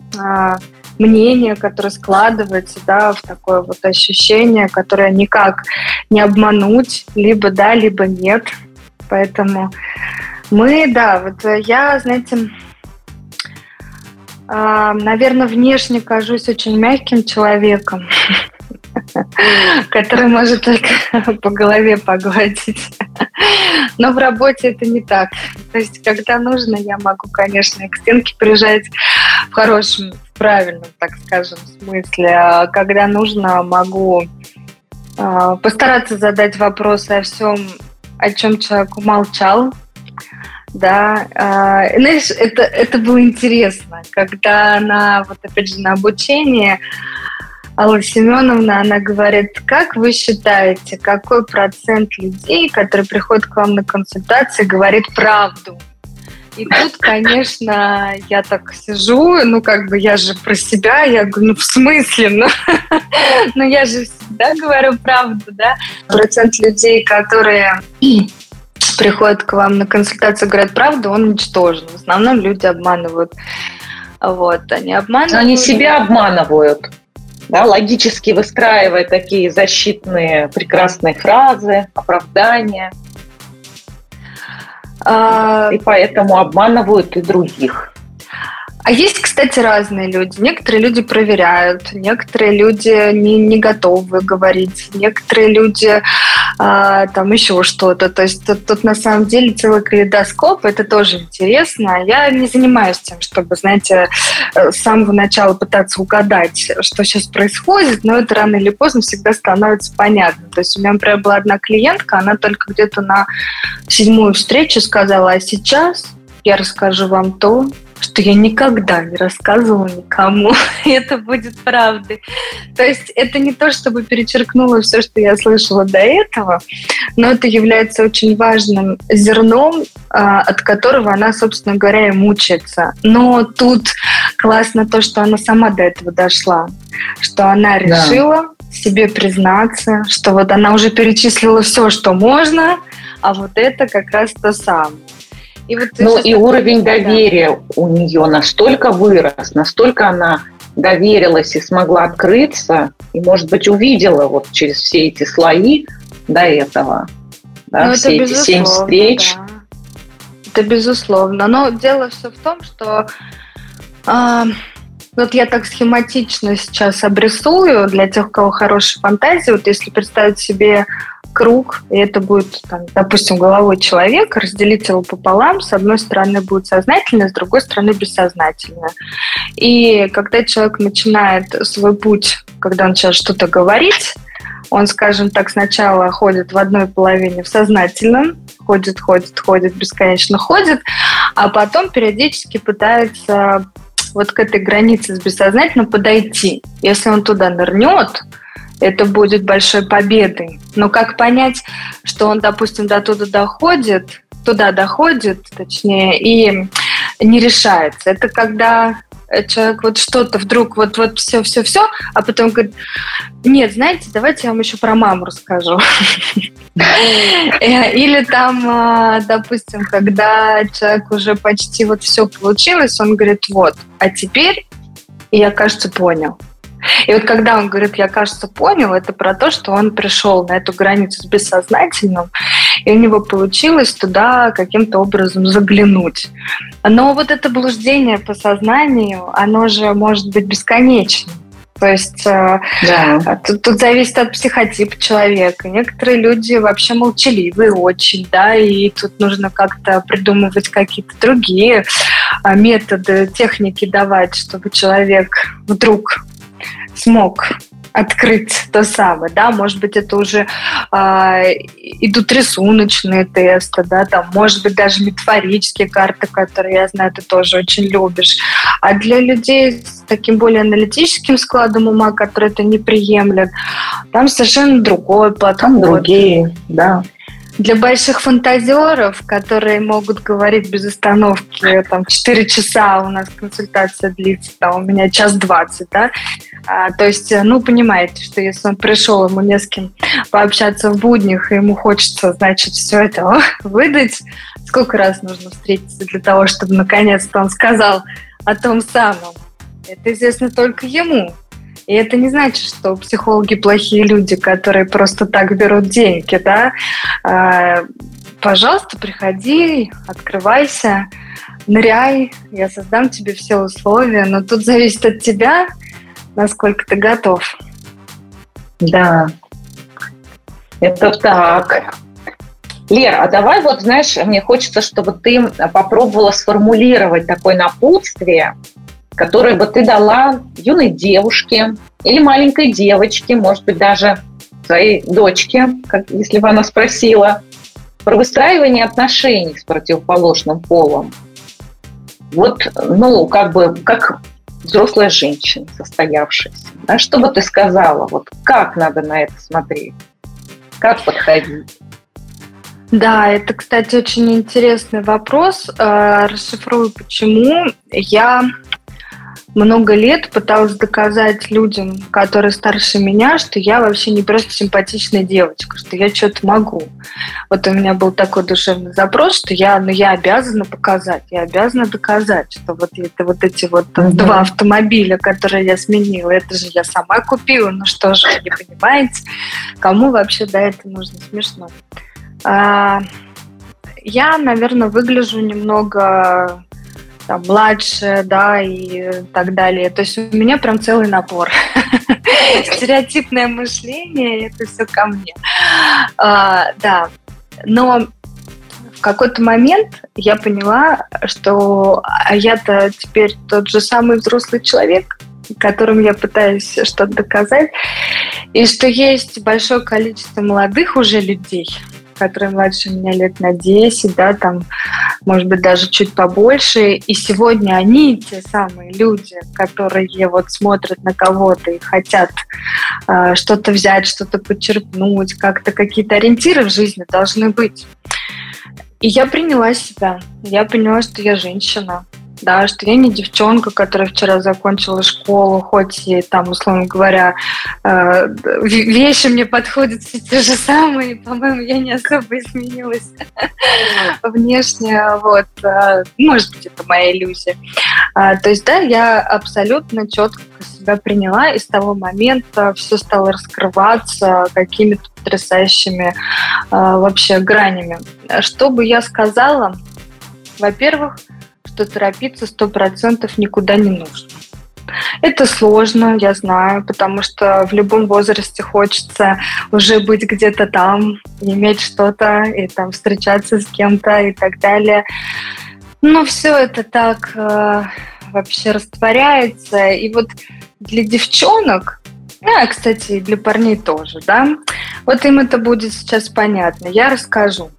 [SPEAKER 3] мнение, которое складывается, да, в такое вот ощущение, которое никак не обмануть, либо да, либо нет. Поэтому мы, да, вот я, знаете, наверное, внешне кажусь очень мягким человеком, который может только по голове погладить. Но в работе это не так. То есть, когда нужно, я могу, конечно, и к стенке прижать в хорошем, в правильном, так скажем, смысле. А когда нужно, могу э, постараться задать вопросы о всем, о чем человек умолчал. Да, э, знаешь, это, это было интересно, когда на, вот опять же, на обучении Алла Семеновна, она говорит, как вы считаете, какой процент людей, которые приходят к вам на консультации, говорит правду? И тут, конечно, я так сижу, ну, как бы я же про себя, я говорю, ну, в смысле? Ну, ну я же всегда говорю правду, да? Процент людей, которые приходят к вам на консультацию, говорят правду, он ничтожен. В основном люди обманывают. Вот, они обманывают.
[SPEAKER 2] Они себя обманывают. да, логически выстраивая такие защитные прекрасные фразы, оправдания. А... И поэтому обманывают и других.
[SPEAKER 3] А есть, кстати, разные люди. Некоторые люди проверяют, некоторые люди не, не готовы говорить, некоторые люди а, там еще что-то. То есть тут, тут на самом деле целый калейдоскоп, это тоже интересно. Я не занимаюсь тем, чтобы, знаете, с самого начала пытаться угадать, что сейчас происходит, но это рано или поздно всегда становится понятно. То есть у меня, например, была одна клиентка, она только где-то на седьмую встречу сказала: а сейчас я расскажу вам то, что я никогда не рассказывала никому, и это будет правдой. То есть это не то, чтобы перечеркнуло все, что я слышала до этого, но это является очень важным зерном, от которого она, собственно говоря, и мучается. Но тут классно то, что она сама до этого дошла, что она решила да. себе признаться, что вот она уже перечислила все, что можно, а вот это как раз то самое. И вот
[SPEAKER 2] ну и уровень доверия да. у нее настолько вырос, настолько она доверилась и смогла открыться, и, может быть, увидела вот через все эти слои до этого, да, все эти семь встреч.
[SPEAKER 3] Да. Это безусловно. Но дело все в том, что э, вот я так схематично сейчас обрисую для тех, у кого хорошая фантазия. Вот если представить себе круг, и это будет, там, допустим, головой человека, разделить его пополам. С одной стороны будет сознательное, с другой стороны бессознательное. И когда человек начинает свой путь, когда он начинает что-то говорить, он, скажем так, сначала ходит в одной половине в сознательном, ходит, ходит, ходит, бесконечно ходит, а потом периодически пытается вот к этой границе с бессознательным подойти. Если он туда нырнет, это будет большой победой. Но как понять, что он, допустим, до туда доходит, туда доходит, точнее, и не решается? Это когда человек вот что-то вдруг вот, вот все, все, все, а потом говорит: нет, знаете, давайте я вам еще про маму расскажу. Или там, допустим, когда человек уже почти вот все получилось, он говорит: вот, а теперь я, кажется, понял. И вот когда он говорит: я, кажется, понял, это про то, что он пришел на эту границу с бессознательным, и у него получилось туда каким-то образом заглянуть. Но вот это блуждение по сознанию, оно же может быть бесконечным. То есть да. тут, тут зависит от психотипа человека. Некоторые люди вообще молчаливые очень, да, и тут нужно как-то придумывать какие-то другие методы, техники давать, чтобы человек вдруг смог открыть то самое, да, может быть, это уже э, идут рисуночные тесты, да, там, может быть, даже метафорические карты, которые, я знаю, ты тоже очень любишь. А для людей с таким более аналитическим складом ума, которые это не приемлят, там совершенно другой подход.
[SPEAKER 2] Там другие, да.
[SPEAKER 3] Для больших фантазеров, которые могут говорить без остановки, там, четыре часа у нас консультация длится, там, у меня час двадцать, да, а, то есть, ну, понимаете, что если он пришел, ему не с кем пообщаться в буднях, и ему хочется, значит, все это о, выдать, сколько раз нужно встретиться для того, чтобы наконец-то он сказал о том самом. Это известно только ему. И это не значит, что психологи плохие люди, которые просто так берут деньги, да. А, пожалуйста, приходи, открывайся, ныряй, я создам тебе все условия, но тут зависит от тебя, насколько ты готов.
[SPEAKER 2] Да, это так. Лер, а давай вот, знаешь, мне хочется, чтобы ты попробовала сформулировать такое напутствие, которое бы ты дала юной девушке или маленькой девочке, может быть, даже своей дочке, как, если бы она спросила, про выстраивание отношений с противоположным полом. Вот, ну, как бы, как взрослая женщина, состоявшаяся. Да, что бы ты сказала? Вот как надо на это смотреть? Как подходить?
[SPEAKER 3] Да, это, кстати, очень интересный вопрос. Расшифрую, почему. Я много лет пыталась доказать людям, которые старше меня, что я вообще не просто симпатичная девочка, что я что-то могу. Вот у меня был такой душевный запрос, что я, ну, я обязана показать, я обязана доказать, что вот это вот эти вот mm-hmm. два автомобиля, которые я сменила, это же я сама купила, ну что же, вы не понимаете, кому вообще до этого нужно, смешно. А, я, наверное, выгляжу немного... Там, младше, да, и так далее. То есть у меня прям целый набор. Стереотипное мышление, это все ко мне. А, да, но в какой-то момент я поняла, что я-то теперь тот же самый взрослый человек, которым я пытаюсь что-то доказать, и что есть большое количество молодых уже людей, которые младше меня лет на десять, да, там, может быть, даже чуть побольше. И сегодня они те самые люди, которые вот смотрят на кого-то и хотят э, что-то взять, что-то подчерпнуть, как-то какие-то ориентиры в жизни должны быть. И я приняла себя. Я поняла, что я женщина. Да, что я не девчонка, которая вчера закончила школу, хоть и там, условно говоря, э, вещи мне подходят все те же самые, по-моему, я не особо изменилась внешне, вот, может быть, это моя иллюзия. То есть, да, я абсолютно четко себя приняла, и с того момента все стало раскрываться какими-то потрясающими вообще гранями. Что бы я сказала? Во-первых, что торопиться сто процентов никуда не нужно. Это сложно, я знаю, потому что в любом возрасте хочется уже быть где-то там, иметь что-то, и там встречаться с кем-то и так далее. Но все это так э, вообще растворяется. И вот для девчонок, ну, а, кстати, и для парней тоже, да, вот им это будет сейчас понятно. Я расскажу.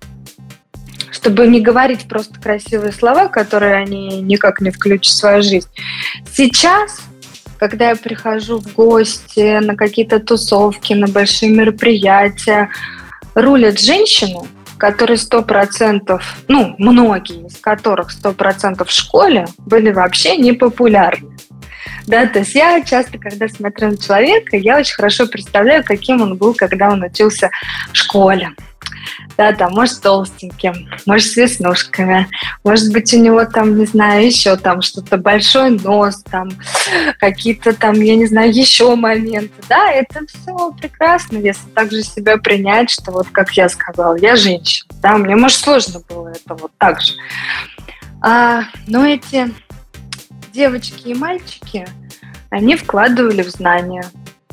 [SPEAKER 3] Чтобы не говорить просто красивые слова, которые они никак не включат в свою жизнь. Сейчас, когда я прихожу в гости на какие-то тусовки, на большие мероприятия, рулят женщины, которые сто процентов, ну, многие из которых сто процентов в школе были вообще не популярны. Да, то есть я часто, когда смотрю на человека, я очень хорошо представляю, каким он был, когда он учился в школе. Да, там, может, толстеньким, может, с веснушками, может быть, у него там, не знаю, еще там что-то, большой нос, там, какие-то там, я не знаю, еще моменты. Да, это все прекрасно, если также себя принять, что вот, как я сказала, я женщина, да, мне, может, сложно было это вот так же. А, но эти девочки и мальчики, они вкладывали в знания.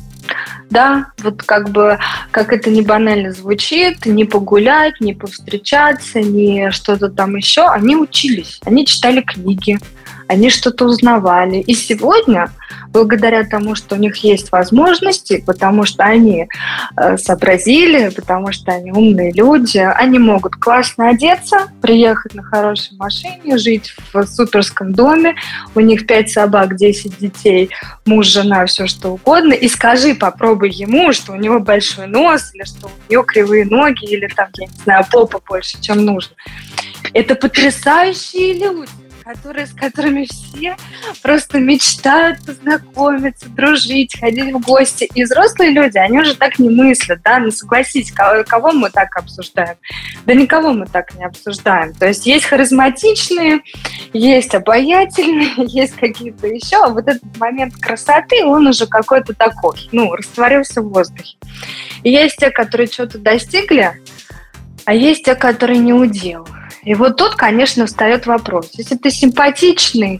[SPEAKER 3] Да, вот как бы, как это не банально звучит, не погулять, не повстречаться, не что-то там еще, они учились, они читали книги, они что-то узнавали. И сегодня, благодаря тому, что у них есть возможности, потому что они э, сообразили, потому что они умные люди, они могут классно одеться, приехать на хорошей машине, жить в суперском доме, у них пять собак, десять детей, муж, жена, все что угодно, и скажи, попробуй ему, что у него большой нос, или что у нее кривые ноги, или там, я не знаю, попа больше, чем нужно. Это потрясающие люди, которые, с которыми все просто мечтают познакомиться, дружить, ходить в гости. И взрослые люди, они уже так не мыслят, да, ну согласитесь, кого, кого мы так обсуждаем? Да никого мы так не обсуждаем. То есть есть харизматичные, есть обаятельные, есть какие-то еще, а вот этот момент красоты, он уже какой-то такой, ну, растворился в воздухе. И есть те, которые что-то достигли, а есть те, которые не удел. И вот тут, конечно, встает вопрос. Если ты симпатичный,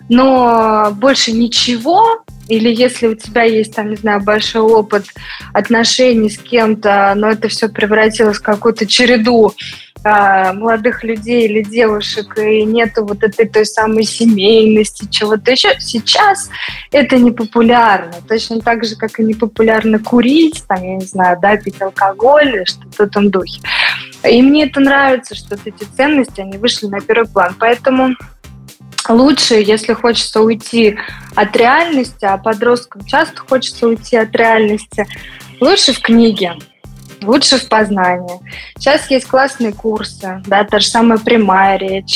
[SPEAKER 3] но больше ничего, или если у тебя есть, там, не знаю, большой опыт отношений с кем-то, но это все превратилось в какую-то череду а, молодых людей или девушек, и нету вот этой той самой семейности, чего-то еще, сейчас это не популярно. Точно так же, как и не популярно курить, там, я не знаю, да, пить алкоголь, что-то в этом духе. И мне это нравится, что вот эти ценности, они вышли на первый план. Поэтому лучше, если хочется уйти от реальности, а подросткам часто хочется уйти от реальности, лучше в книге, лучше в познании. Сейчас есть классные курсы, да, та же самая прямая речь,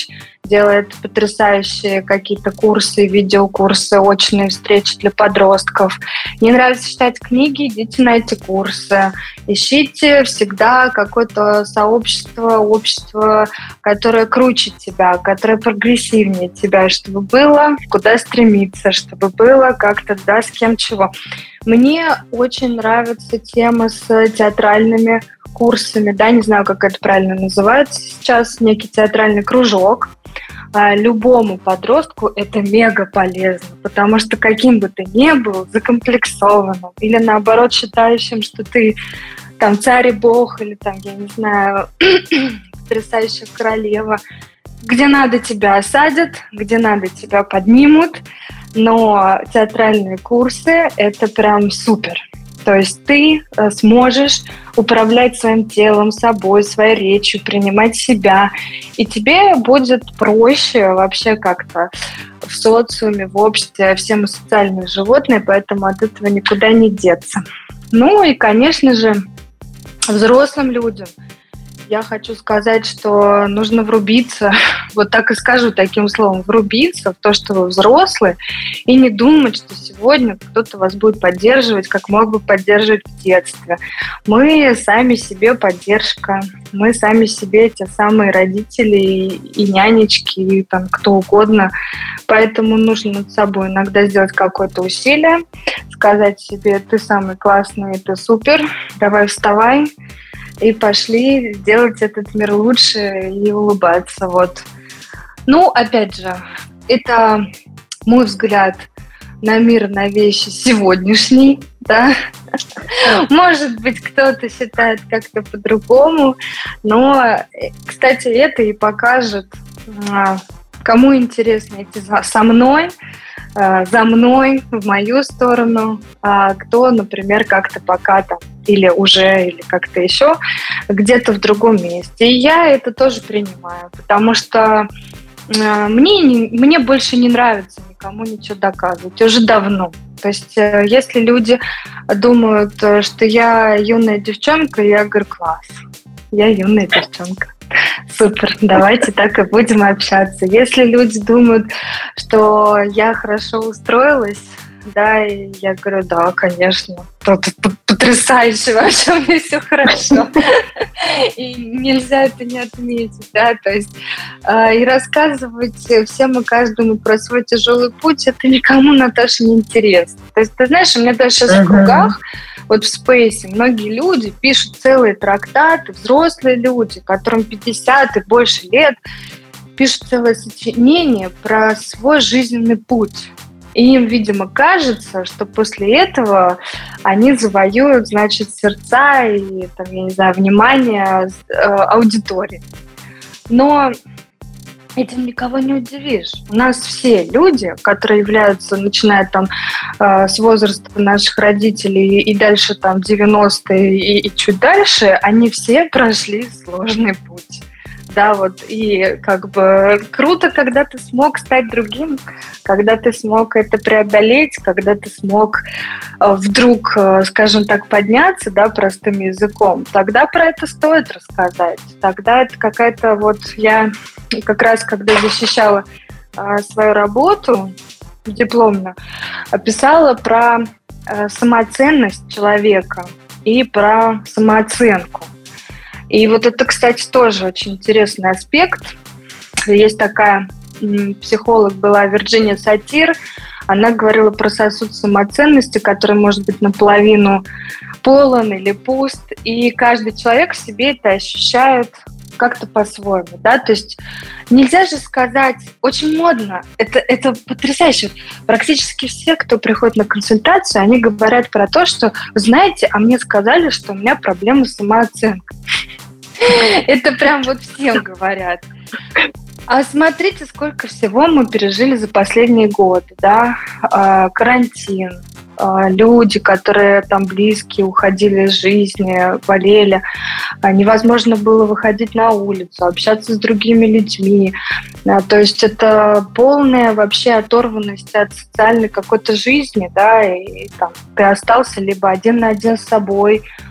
[SPEAKER 3] делает потрясающие какие-то курсы, видеокурсы, очные встречи для подростков. Не нравится читать книги, идите на эти курсы. Ищите всегда какое-то сообщество, общество, которое круче тебя, которое прогрессивнее тебя, чтобы было куда стремиться, чтобы было как-то, да, с кем чего. Мне очень нравится тема с театральными курсами, да, не знаю, как это правильно называется сейчас, некий театральный кружок. Любому подростку это мега полезно, потому что каким бы ты ни был, закомплексованным или наоборот считающим, что ты там царь и бог или там, я не знаю, потрясающая королева, где надо тебя осадят, где надо тебя поднимут, но театральные курсы – это прям супер. То есть ты сможешь управлять своим телом, собой, своей речью, принимать себя. И тебе будет проще вообще как-то в социуме, в обществе. Все мы социальные животные, поэтому от этого никуда не деться. Ну и, конечно же, взрослым людям я хочу сказать, что нужно врубиться, вот так и скажу таким словом, врубиться в то, что вы взрослый, и не думать, что сегодня кто-то вас будет поддерживать, как мог бы поддерживать в детстве. Мы сами себе поддержка, мы сами себе те самые родители и, и нянечки, и там кто угодно. Поэтому нужно над собой иногда сделать какое-то усилие, сказать себе: ты самый классный, ты супер, давай вставай. И пошли делать этот мир лучше и улыбаться. Вот. Ну, опять же, это мой взгляд на мир, на вещи сегодняшний. Да? Может быть, кто-то считает как-то по-другому. Но, кстати, это и покажет, кому интересно идти со мной, за мной, в мою сторону, а кто, например, как-то пока там или уже, или как-то еще где-то в другом месте. И я это тоже принимаю, потому что э, мне, не, мне больше не нравится никому ничего доказывать, уже давно. То есть э, если люди думают, что я юная девчонка, я говорю: класс, я юная девчонка. Супер, давайте так и будем общаться. Если люди думают, что я хорошо устроилась, да, и я говорю: да, конечно, тут потрясающе, вообще мне все хорошо. И нельзя это не отметить, да, то есть и рассказывать всем и каждому про свой тяжелый путь, это никому, Наташа, не интересно. То есть, ты знаешь, у меня даже сейчас в кругах, вот в Спейсе, многие люди пишут целые трактаты, взрослые люди, которым пятьдесят и больше лет, пишут целое сочинение про свой жизненный путь. И им, видимо, кажется, что после этого они завоюют, значит, сердца и, там, я не знаю, внимание э, аудитории. Но этим никого не удивишь. У нас все люди, которые являются, начиная там э, с возраста наших родителей и дальше там девяностые и, и чуть дальше, они все прошли сложный путь. Да, вот, и как бы круто, когда ты смог стать другим, когда ты смог это преодолеть, когда ты смог э, вдруг, э, скажем так, подняться, да, простым языком, тогда про это стоит рассказать. Тогда это какая-то вот, я как раз, когда защищала э, свою работу дипломную, писала про э, самоценность человека и про самооценку. И вот это, кстати, тоже очень интересный аспект. Есть такая м, психолог была Вирджиния Сатир. Она говорила про сосуд самоценности, который может быть наполовину полон или пуст. И каждый человек в себе это ощущает как-то по-своему. Да? То есть нельзя же сказать, очень модно, это, это потрясающе. Практически все, кто приходит на консультацию, они говорят про то, что, знаете, а мне сказали, что у меня проблемы с самооценкой. Это прям вот всем говорят. А смотрите, сколько всего мы пережили за последние годы, да? Карантин, люди, которые там близкие, уходили из жизни, болели. Невозможно было выходить на улицу, общаться с другими людьми. То есть это полная вообще оторванность от социальной какой-то жизни, да, и там ты остался либо один на один с собой,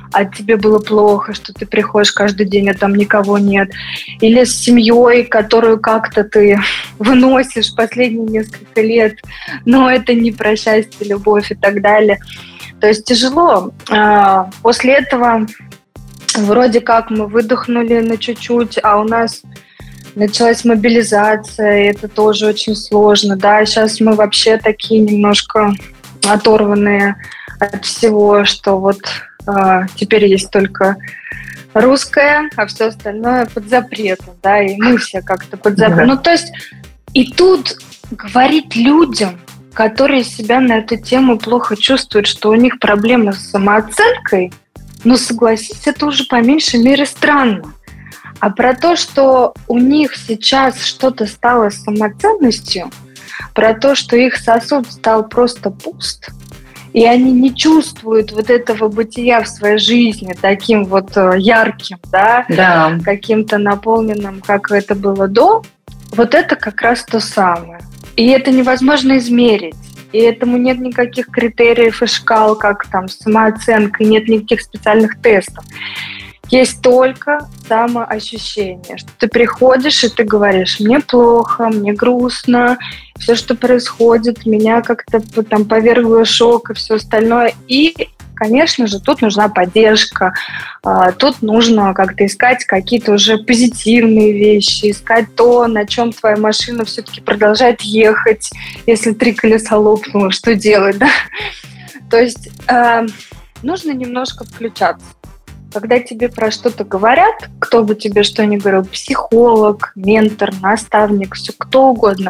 [SPEAKER 3] а тебе было плохо, что ты приходишь каждый день, а там никого нет. Или с семьей, которую как-то ты выносишь последние несколько лет, но это не про счастье, любовь и так далее. То есть тяжело. После этого вроде как мы выдохнули на чуть-чуть, а у нас началась мобилизация, и это тоже очень сложно. Да, сейчас мы вообще такие немножко оторванные от всего, что вот э, теперь есть только русское, а все остальное под запретом, да, и мы все как-то под запретом. Ну, то есть и тут говорить людям, которые себя на эту тему плохо чувствуют, что у них проблемы с самооценкой, ну, согласись, это уже по меньшей мере странно. А про то, что у них сейчас что-то стало с самоценностью, про то, что их сосуд стал просто пуст, и они не чувствуют вот этого бытия в своей жизни таким вот ярким, да,
[SPEAKER 2] да.
[SPEAKER 3] каким-то наполненным, как это было до, вот это как раз то самое. И это невозможно измерить. И этому нет никаких критериев и шкал, как там самооценка, нет никаких специальных тестов. Есть только самоощущение, что ты приходишь и ты говоришь: мне плохо, мне грустно, все, что происходит, меня как-то там повергло в шок и все остальное. И, конечно же, тут нужна поддержка, тут нужно как-то искать какие-то уже позитивные вещи, искать то, на чем твоя машина все-таки продолжает ехать, если три колеса лопнуло, что делать, да? То есть э, нужно немножко включаться. Когда тебе про что-то говорят, кто бы тебе что ни говорил, психолог, ментор, наставник, все кто угодно,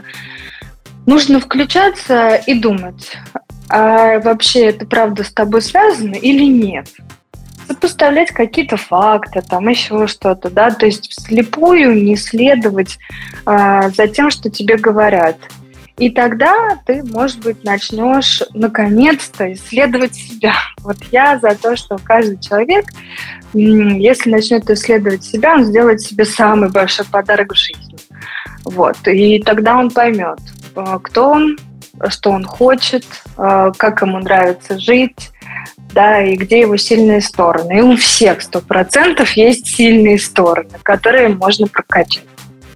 [SPEAKER 3] нужно включаться и думать, а вообще это правда с тобой связано или нет. Сопоставлять какие-то факты, там еще что-то, да, то есть вслепую не следовать а, за тем, что тебе говорят. И тогда ты, может быть, начнешь наконец-то исследовать себя. Вот я за то, что каждый человек, если начнет исследовать себя, он сделает себе самый большой подарок в жизни. Вот. И тогда он поймет, кто он, что он хочет, как ему нравится жить, да, и где его сильные стороны. И у всех сто процентов есть сильные стороны, которые можно прокачать.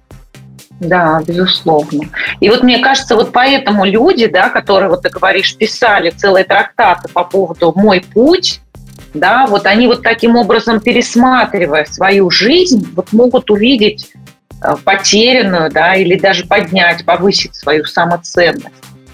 [SPEAKER 2] Да, безусловно. И вот мне кажется, вот поэтому люди, да, которые, вот ты говоришь, писали целые трактаты по поводу «Мой путь», да, вот они вот таким образом, пересматривая свою жизнь, вот могут увидеть потерянную, да, или даже поднять, повысить свою самоценность.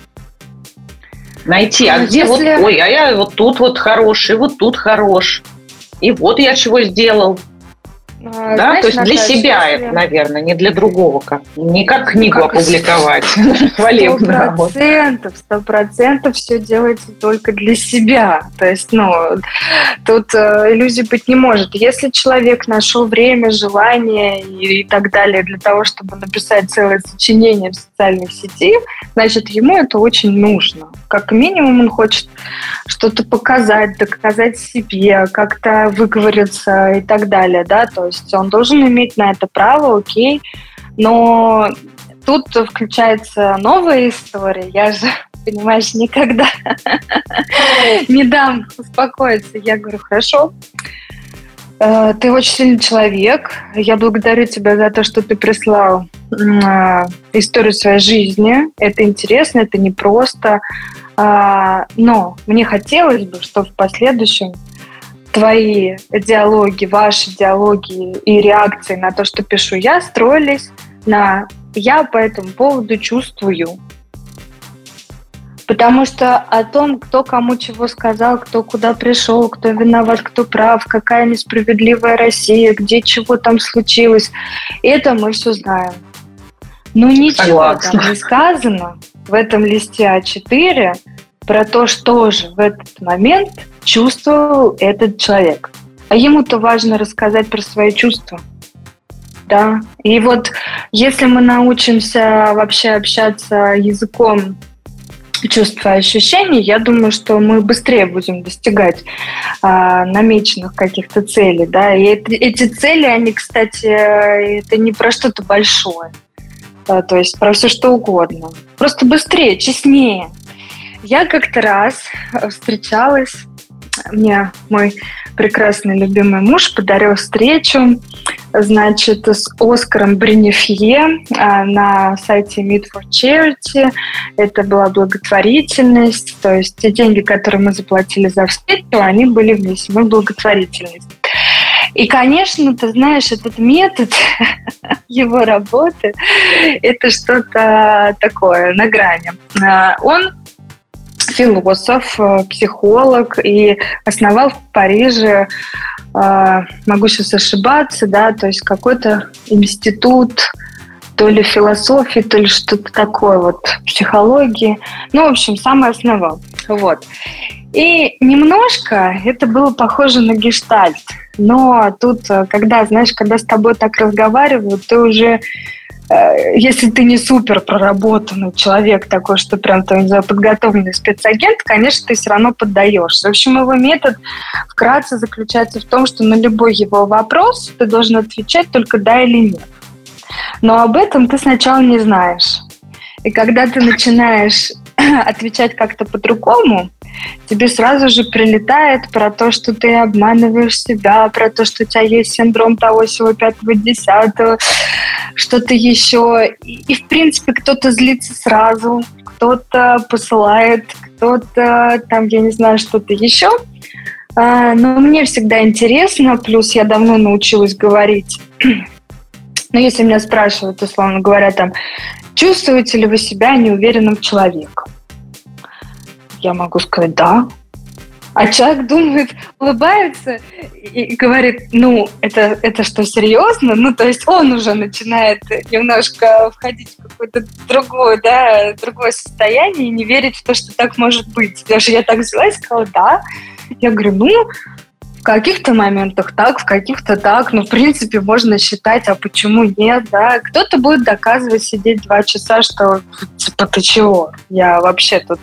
[SPEAKER 2] Найти, а где Если... вот, ой, а я вот тут вот хороший, вот тут хорош, и вот я чего сделал. Да, знаешь, то есть Наташа, для себя если... это, наверное, не для другого, как, не как книгу как опубликовать. Сто процентов, сто процентов все делается только для себя. То есть, ну, тут э, иллюзий быть не может. Если человек нашел время, желание и, и так далее для того, чтобы написать целое сочинение в социальной сети, значит, ему это очень нужно. Как минимум он хочет что-то показать, доказать себе, как-то выговориться и так далее, да, то есть он должен иметь на это право, окей, но тут включается новая история, я же, понимаешь, никогда не дам успокоиться, я говорю: хорошо, ты очень сильный человек, я благодарю тебя за то, что ты прислал историю своей жизни, это интересно, это непросто, но мне хотелось бы, чтобы в последующем твои диалоги, ваши диалоги и реакции на то, что пишу я, строились на «я по этому поводу чувствую». Потому что о том, кто кому чего сказал, кто куда пришел, кто виноват, кто прав, какая несправедливая Россия, где чего там случилось, это мы все знаем. Но ничего Согласна. Там не сказано в этом листе а четыре про то, что же в этот момент чувствовал этот человек. А ему-то важно рассказать про свои чувства. Да. И вот если мы научимся вообще общаться языком чувств и ощущений, я думаю, что мы быстрее будем достигать а, намеченных каких-то целей. Да. И это, эти цели, они, кстати, это не про что-то большое. Да, то есть про все что угодно. Просто быстрее, честнее. Я как-то раз встречалась
[SPEAKER 3] мне мой прекрасный любимый муж подарил встречу, значит, с Оскаром Бренефье на сайте Meet for Charity. Это была благотворительность, то есть те деньги, которые мы заплатили за встречу, они были внесены в благотворительность. И, конечно, ты знаешь, этот метод его работы, это что-то такое на грани. Он философ, психолог и основал в Париже, могу сейчас ошибаться, да, то есть какой-то институт то ли философии, то ли что-то такое, вот, психологии. Ну, в общем, сам и основал. Вот. И немножко это было похоже на гештальт. Но тут, когда, знаешь, когда с тобой так разговаривают, ты уже, э, если ты не супер проработанный человек такой, что прям, там, не знаю, подготовленный спецагент, конечно, ты все равно поддаешься. В общем, его метод вкратце заключается в том, что на любой его вопрос ты должен отвечать только да или нет. Но об этом ты сначала не знаешь. И когда ты начинаешь отвечать как-то по-другому, тебе сразу же прилетает про то, что ты обманываешь себя, про то, что у тебя есть синдром того, сего, пятого, десятого, что-то еще. И, и, в принципе, кто-то злится сразу, кто-то посылает, кто-то там, я не знаю, что-то еще. А, но мне всегда интересно, плюс я давно научилась говорить. Но если меня спрашивают, условно говоря, там, чувствуете ли вы себя неуверенным человеком? Я могу сказать «да». А человек думает, улыбается и говорит, ну, это, это что, серьезно? Ну, то есть он уже начинает немножко входить в какое-то другое, да, другое состояние и не верить в то, что так может быть. Даже я так взяла и сказала «да». Я говорю, ну, в каких-то моментах так, в каких-то так, но, в принципе, можно считать, а почему нет, да. Кто-то будет доказывать, сидеть два часа, что, типа, ты чего? Я вообще тут...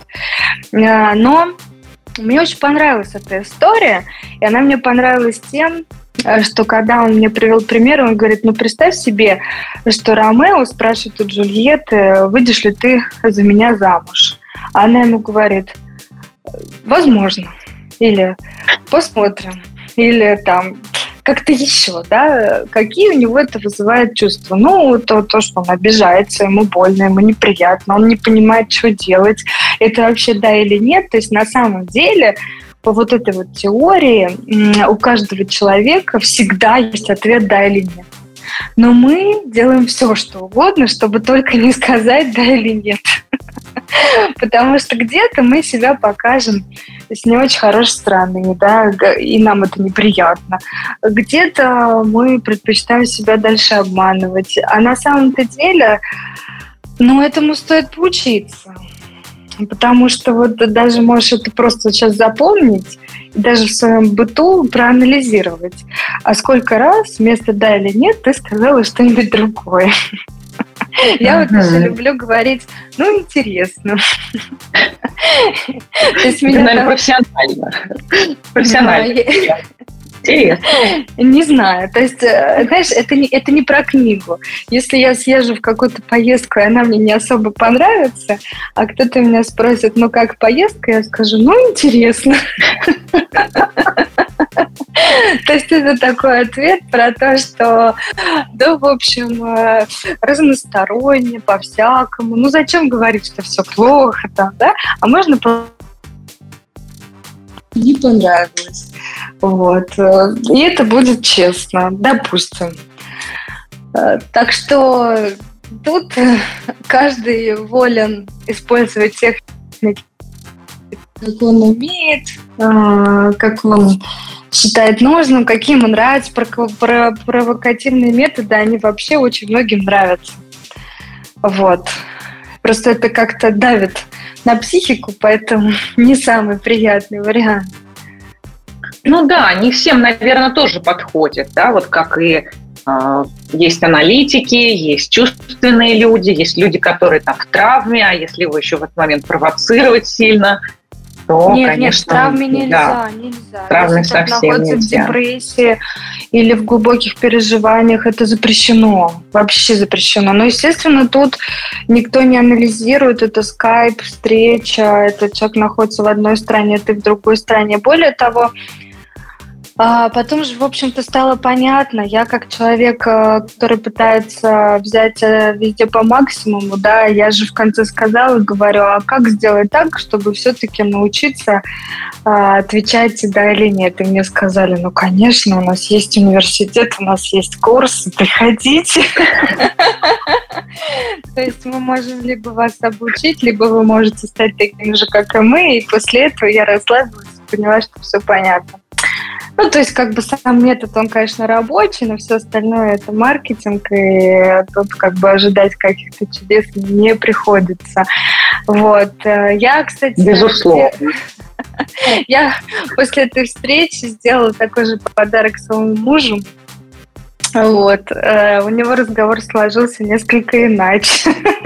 [SPEAKER 3] Но мне очень понравилась эта история, и она мне понравилась тем, что когда он мне привел пример, он говорит, ну, представь себе, что Ромео спрашивает у Джульетты, выйдешь ли ты за меня замуж? А она ему говорит, возможно, или посмотрим, или там как-то еще, да, какие у него это вызывает чувства. Ну, то, то, что он обижается, ему больно, ему неприятно, он не понимает, что делать, это вообще да или нет. То есть на самом деле по вот этой вот теории у каждого человека всегда есть ответ да или нет. Но мы делаем все, что угодно, чтобы только не сказать да или нет. Потому что где-то мы себя покажем с не очень хорошей стороны, да, и нам это неприятно. Где-то мы предпочитаем себя дальше обманывать. А на самом-то деле, ну, этому стоит поучиться. Потому что вот даже можешь это просто сейчас запомнить и даже в своем быту проанализировать. А сколько раз вместо «да» или «нет» ты сказала что-нибудь другое. Я вот еще люблю говорить, ну, интересно.
[SPEAKER 2] Наверное, профессионально. Профессионально. Интересно.
[SPEAKER 3] Не знаю. То есть, знаешь, это не, это не про книгу. Если я съезжу в какую-то поездку, и она мне не особо понравится, а кто-то меня спросит, ну, как поездка, я скажу, ну, интересно. То есть это такой ответ про то, что, да, в общем, разносторонне, по-всякому. Ну, зачем говорить, что все плохо там, да? А можно не понравилось. Вот. И это будет честно, допустим. Так что тут каждый волен использовать техники, как он умеет, как он считает нужным, какие ему нравятся. Провокативные методы, они вообще очень многим нравятся. Вот. Просто это как-то давит на психику, поэтому не самый приятный вариант.
[SPEAKER 2] Ну да, не всем, наверное, тоже подходит, да, вот как и э, есть аналитики, есть чувственные люди, есть люди, которые там в травме, а если его еще в этот момент провоцировать сильно, то то,
[SPEAKER 3] нет,
[SPEAKER 2] конечно...
[SPEAKER 3] нет, травме нельзя,
[SPEAKER 2] да,
[SPEAKER 3] нельзя.
[SPEAKER 2] Травме
[SPEAKER 3] Если человек
[SPEAKER 2] совсем
[SPEAKER 3] находится
[SPEAKER 2] нельзя.
[SPEAKER 3] в депрессии или в глубоких переживаниях, это запрещено, вообще запрещено. Но, естественно, тут никто не анализирует, это скайп, встреча, этот человек находится в одной стране, ты в другой стране. Более того, А потом же, в общем-то, стало понятно. Я как человек, э, который пытается взять э, везде по максимуму, да, я же в конце сказала, говорю, а как сделать так, чтобы все-таки научиться э, отвечать да или нет? И мне сказали, ну, конечно, у нас есть университет, у нас есть курсы, приходите. То есть мы можем либо вас обучить, либо вы можете стать таким же, как и мы. И после этого я расслабилась и поняла, что все понятно. Ну, то есть, как бы сам метод, он, конечно, рабочий, но все остальное – это маркетинг, и тут как бы ожидать каких-то чудес не приходится. Вот. Я, кстати…
[SPEAKER 2] Безусловно.
[SPEAKER 3] Я после этой встречи сделала такой же подарок своему мужу. Вот. У него разговор сложился несколько иначе.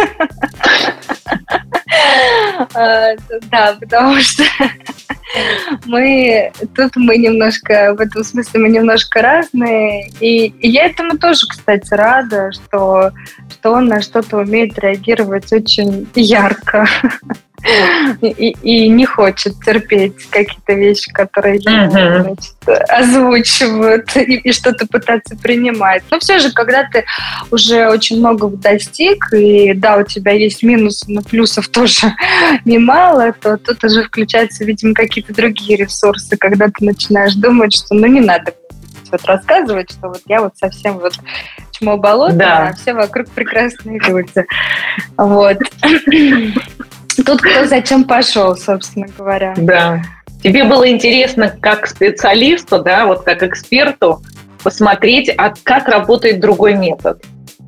[SPEAKER 3] Да, потому что мы тут мы немножко, в этом смысле мы немножко разные. И, и я этому тоже, кстати, рада, что, что он на что-то умеет реагировать очень ярко. И, и не хочет терпеть какие-то вещи, которые ему, uh-huh. значит, озвучивают, и, и что-то пытаться принимать. Но все же, когда ты уже очень многого достиг, и да, у тебя есть минусы, но плюсов тоже немало, то тут уже включаются, видимо, какие-то другие ресурсы, когда ты начинаешь думать, что ну не надо вот рассказывать, что вот я вот совсем вот чмо болото, да. А все вокруг прекрасные люди. Вот. Тут кто зачем пошел, собственно говоря.
[SPEAKER 2] Да. Тебе было интересно как специалисту, да, вот как эксперту, посмотреть, а как работает другой метод.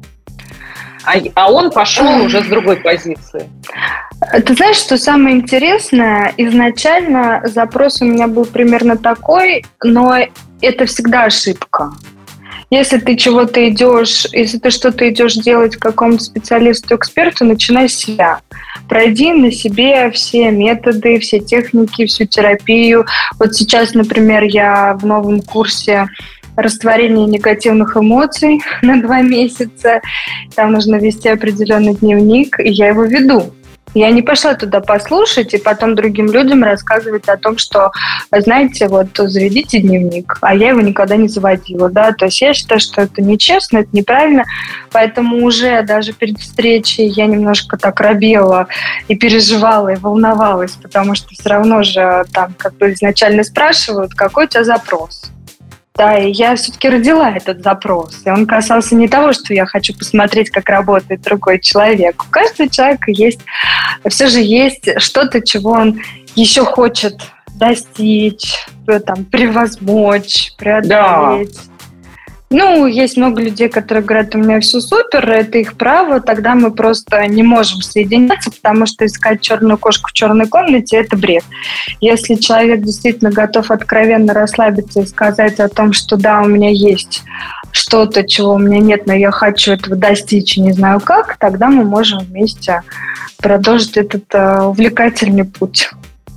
[SPEAKER 2] А, а он пошел уже с другой позиции.
[SPEAKER 3] Ты знаешь, что самое интересное? Изначально запрос у меня был примерно такой, но это всегда ошибка. Если ты чего-то идешь, если ты что-то идешь делать какому-то специалисту, эксперту, начинай с себя. Пройди на себе все методы, все техники, всю терапию. Вот сейчас, например, я в новом курсе растворения негативных эмоций на два месяца. Там нужно вести определенный дневник, и я его веду. Я не пошла туда послушать и потом другим людям рассказывать о том, что, знаете, вот заведите дневник, а я его никогда не заводила, да, то есть я считаю, что это нечестно, это неправильно, поэтому уже даже перед встречей я немножко так робела и переживала, и волновалась, потому что все равно же там как бы изначально спрашивают, какой у тебя запрос. Да, и я все-таки родила этот запрос. И он касался не того, что я хочу посмотреть, как работает другой человек. У каждого человека есть, все же есть что-то, чего он еще хочет достичь, там, превозмочь, преодолеть. Да. Ну, есть много людей, которые говорят, у меня все супер, это их право, тогда мы просто не можем соединяться, потому что искать черную кошку в черной комнате – это бред. Если человек действительно готов откровенно расслабиться и сказать о том, что да, у меня есть что-то, чего у меня нет, но я хочу этого достичь и не знаю как, тогда мы можем вместе продолжить этот э, увлекательный путь.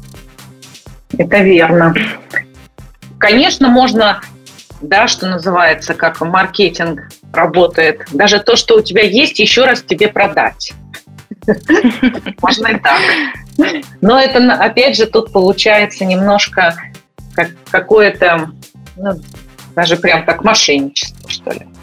[SPEAKER 2] Это верно. Конечно, можно... Да, что называется, как маркетинг работает. Даже то, что у тебя есть, еще раз тебе продать. Можно и так. Но это, опять же, тут получается немножко как какое-то, ну, даже прям как мошенничество, что ли.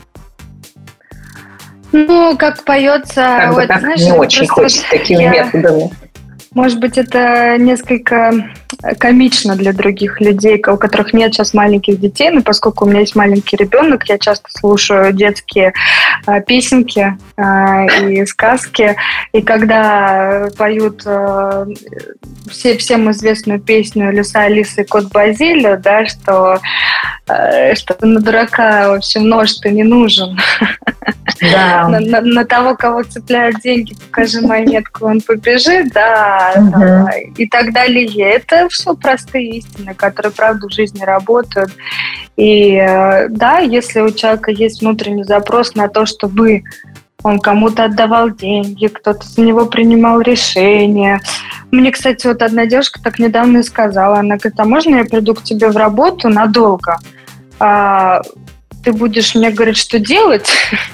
[SPEAKER 3] Ну, как поется...
[SPEAKER 2] Как бы так не очень хочется такими методами.
[SPEAKER 3] Может быть, это несколько комично для других людей, у которых нет сейчас маленьких детей, но поскольку у меня есть маленький ребенок, я часто слушаю детские э, песенки э, и сказки, и когда поют э, все, всем известную песню «Лиса Алиса и кот Базилио», да, что, э, что на дурака, в общем, нож-то не нужен. Да. На, на, на того, кого цепляют деньги, покажи монетку, он побежит, да, угу. да, и так далее. Это все простые истины, которые, правда, в жизни работают. И да, если у человека есть внутренний запрос на то, чтобы Он кому-то отдавал деньги, кто-то за него принимал решения. Мне, кстати, вот одна девушка так недавно и сказала, она говорит, а можно я приду к тебе в работу надолго? А, ты будешь мне говорить, что делать,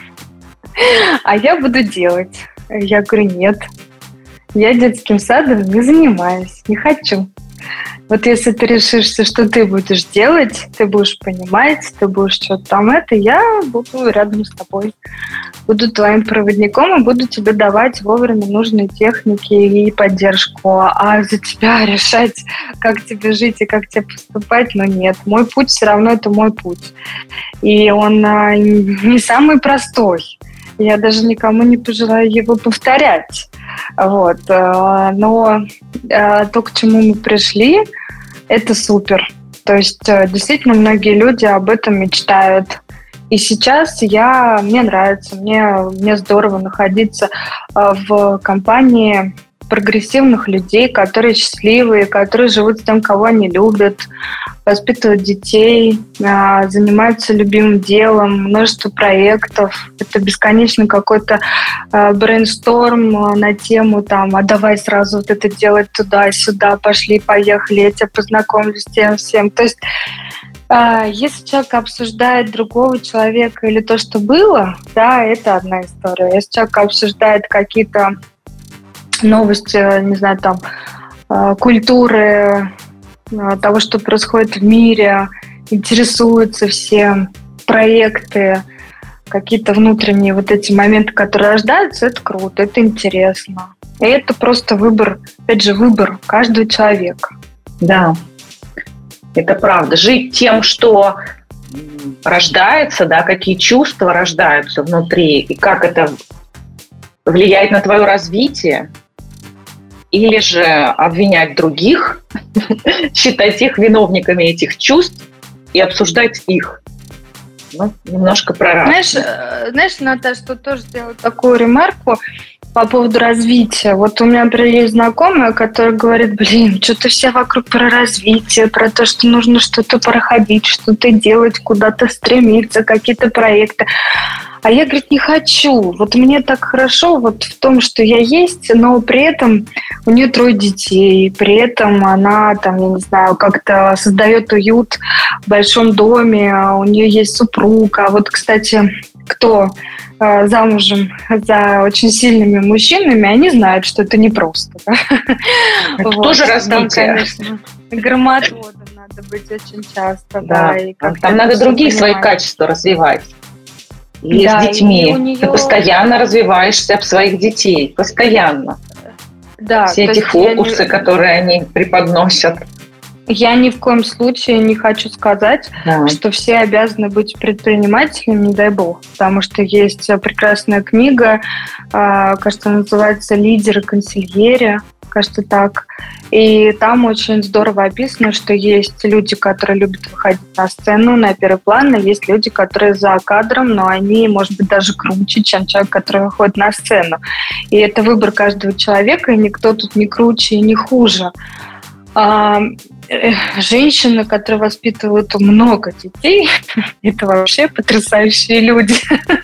[SPEAKER 3] а я буду делать. Я говорю, нет, я детским садом не занимаюсь, не хочу. Вот если ты решишься, что ты будешь делать, ты будешь понимать, ты будешь что-то там это, я буду рядом с тобой. Буду твоим проводником и буду тебе давать вовремя нужные техники и поддержку. А за тебя решать, как тебе жить и как тебе поступать, ну нет. Мой путь все равно это мой путь. И он а, не самый простой. Я даже никому не пожелаю его повторять. Вот. Но то, к чему мы пришли, это супер. То есть действительно многие люди об этом мечтают. И сейчас я, мне нравится, мне, мне здорово находиться в компании прогрессивных людей, которые счастливые, которые живут с тем, кого они любят, воспитывают детей, занимаются любимым делом, множество проектов. Это бесконечный какой-то брейншторм на тему там, а давай сразу вот это делать туда-сюда, пошли, поехали, я тебя познакомлю с тем всем. То есть если человек обсуждает другого человека или то, что было, да, это одна история. Если человек обсуждает какие-то новости, не знаю, там, культуры, того, что происходит в мире, интересуются все проекты, какие-то внутренние вот эти моменты, которые рождаются, это круто, это интересно. И это просто выбор, опять же, выбор каждого человека.
[SPEAKER 2] Да, это правда. Жить тем, что рождается, да, какие чувства рождаются внутри, и как это влияет на твое развитие, или же обвинять других, считать их виновниками этих чувств и обсуждать их. Ну, немножко про разное.
[SPEAKER 3] Знаешь, знаешь, Наташа, тут тоже сделаю такую ремарку по поводу развития. Вот у меня, например, есть знакомая, которая говорит, блин, что-то все вокруг про развитие, про то, что нужно что-то проходить, что-то делать, куда-то стремиться, какие-то проекты. А я, говорит, не хочу. Вот мне так хорошо вот в том, что я есть, но при этом у нее трое детей, при этом она, там, я не знаю, как-то создает уют в большом доме, у нее есть супруг. А вот, кстати, кто э, замужем за очень сильными мужчинами, они знают, что это непросто. Да?
[SPEAKER 2] Это вот. Тоже развитие.
[SPEAKER 3] Там, конечно, громоотводом надо быть очень часто.
[SPEAKER 2] Да.
[SPEAKER 3] Да, и
[SPEAKER 2] там надо другие понимать. Свои качества развивать. И да, с детьми. И нее... Ты постоянно развиваешься об своих детей. Постоянно.
[SPEAKER 3] Да,
[SPEAKER 2] все эти фокусы,
[SPEAKER 3] не...
[SPEAKER 2] которые они преподносят.
[SPEAKER 3] Я ни в коем случае не хочу сказать, да. что все обязаны быть предпринимателями, не дай бог. Потому что есть прекрасная книга, кажется, называется «Лидеры консильери». Кажется, так. И там очень здорово описано, что есть люди, которые любят выходить на сцену, на первый план, и есть люди, которые за кадром, но они, может быть, даже круче, чем человек, который выходит на сцену. И это выбор каждого человека, и никто тут не круче и не хуже. А, э, женщины, которые воспитывают много детей, это вообще потрясающие люди.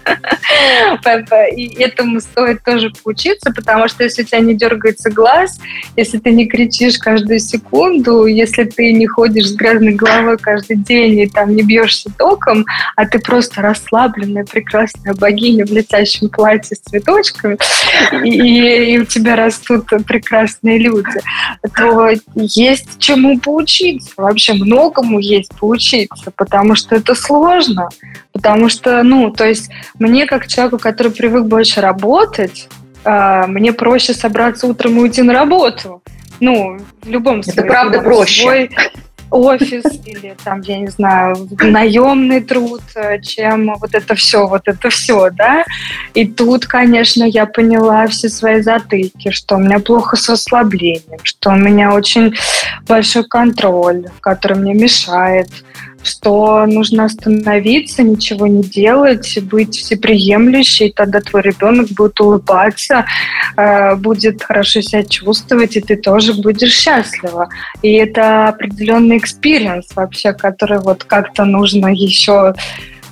[SPEAKER 3] И этому стоит тоже поучиться, потому что если у тебя не дергается глаз, если ты не кричишь каждую секунду, если ты не ходишь с грязной головой каждый день и там не бьешься током, а ты просто расслабленная, прекрасная богиня в летящем платье с цветочками, и, и у тебя растут прекрасные люди, то есть чему поучиться. Вообще многому есть поучиться, потому что это сложно. Потому что, ну, то есть мне, как человеку, который привык больше работать, э, мне проще собраться утром и уйти на работу. Ну, в любом случае.
[SPEAKER 2] Это правда проще.
[SPEAKER 3] Свой офис или там, я не знаю, наемный труд, чем вот это все, вот это все, да. И тут, конечно, я поняла все свои затыки, что у меня плохо с расслаблением, что у меня очень большой контроль, который мне мешает, что нужно остановиться, ничего не делать, быть всеприемлющей, и тогда твой ребенок будет улыбаться, будет хорошо себя чувствовать, и ты тоже будешь счастлива. И это определенный экспириенс вообще, который вот как-то нужно еще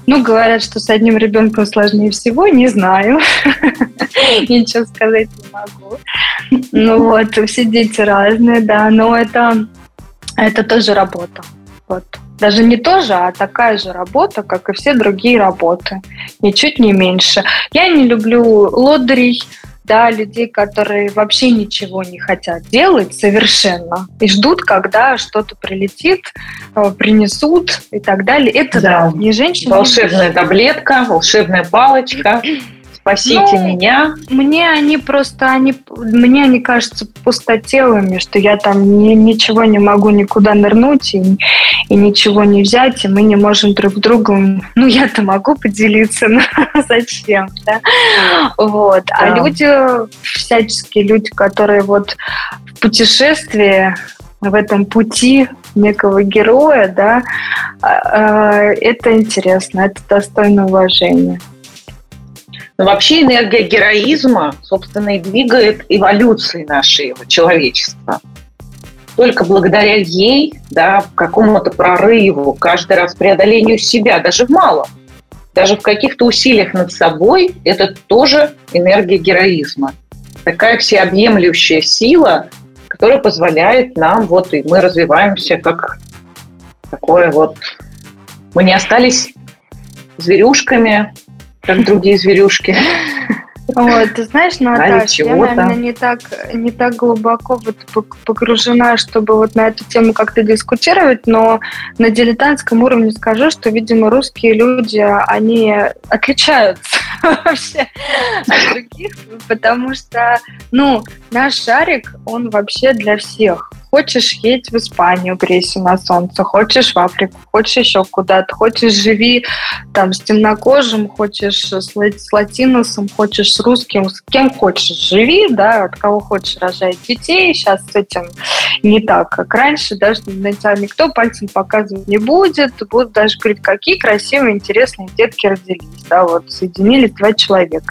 [SPEAKER 3] Ну, говорят, что с одним ребенком сложнее всего, не знаю. Ничего сказать не могу. Ну вот, все дети разные, да, но это, это тоже работа. Вот. Даже не тоже, а такая же работа, как и все другие работы. Ничуть не меньше. Я не люблю лодырей, да, людей, которые вообще ничего не хотят делать совершенно и ждут, когда что-то прилетит, принесут и так далее. Это да, да не женщина.
[SPEAKER 2] Волшебная не таблетка, волшебная палочка. Спасите ну, меня.
[SPEAKER 3] Мне они просто, они, мне они кажутся пустотелыми, что я там ни, ничего не могу никуда нырнуть и, и ничего не взять, и мы не можем друг с другом, ну я-то могу поделиться, но зачем, да? Вот. Да. А люди, всяческие люди, которые вот в путешествии, в этом пути некого героя, да, это интересно, это достойно уважения.
[SPEAKER 2] Но вообще энергия героизма, собственно, и двигает эволюцией нашего человечества. Только благодаря ей, да, какому-то прорыву, каждый раз преодолению себя, даже в малом, даже в каких-то усилиях над собой, это тоже энергия героизма. Такая всеобъемлющая сила, которая позволяет нам, вот и мы развиваемся как такое вот... Мы не остались зверюшками, как другие зверюшки.
[SPEAKER 3] Вот, ты знаешь, Наташа, я, наверное, не так, не так глубоко вот погружена, чтобы вот на эту тему как-то дискутировать, но на дилетантском уровне скажу, что, видимо, русские люди, они отличаются вообще от других, потому что, ну, наш шарик, он вообще для всех. Хочешь, едь в Испанию, грейся на солнце, хочешь в Африку, хочешь еще куда-то, хочешь, живи там с темнокожим, хочешь с, с латиносом, хочешь с русским, с кем хочешь, живи, да, от кого хочешь рожать детей. Сейчас с этим не так, как раньше, даже на тебя никто пальцем показывать не будет, будут даже говорить, какие красивые, интересные детки родились, да, вот соединились два человека.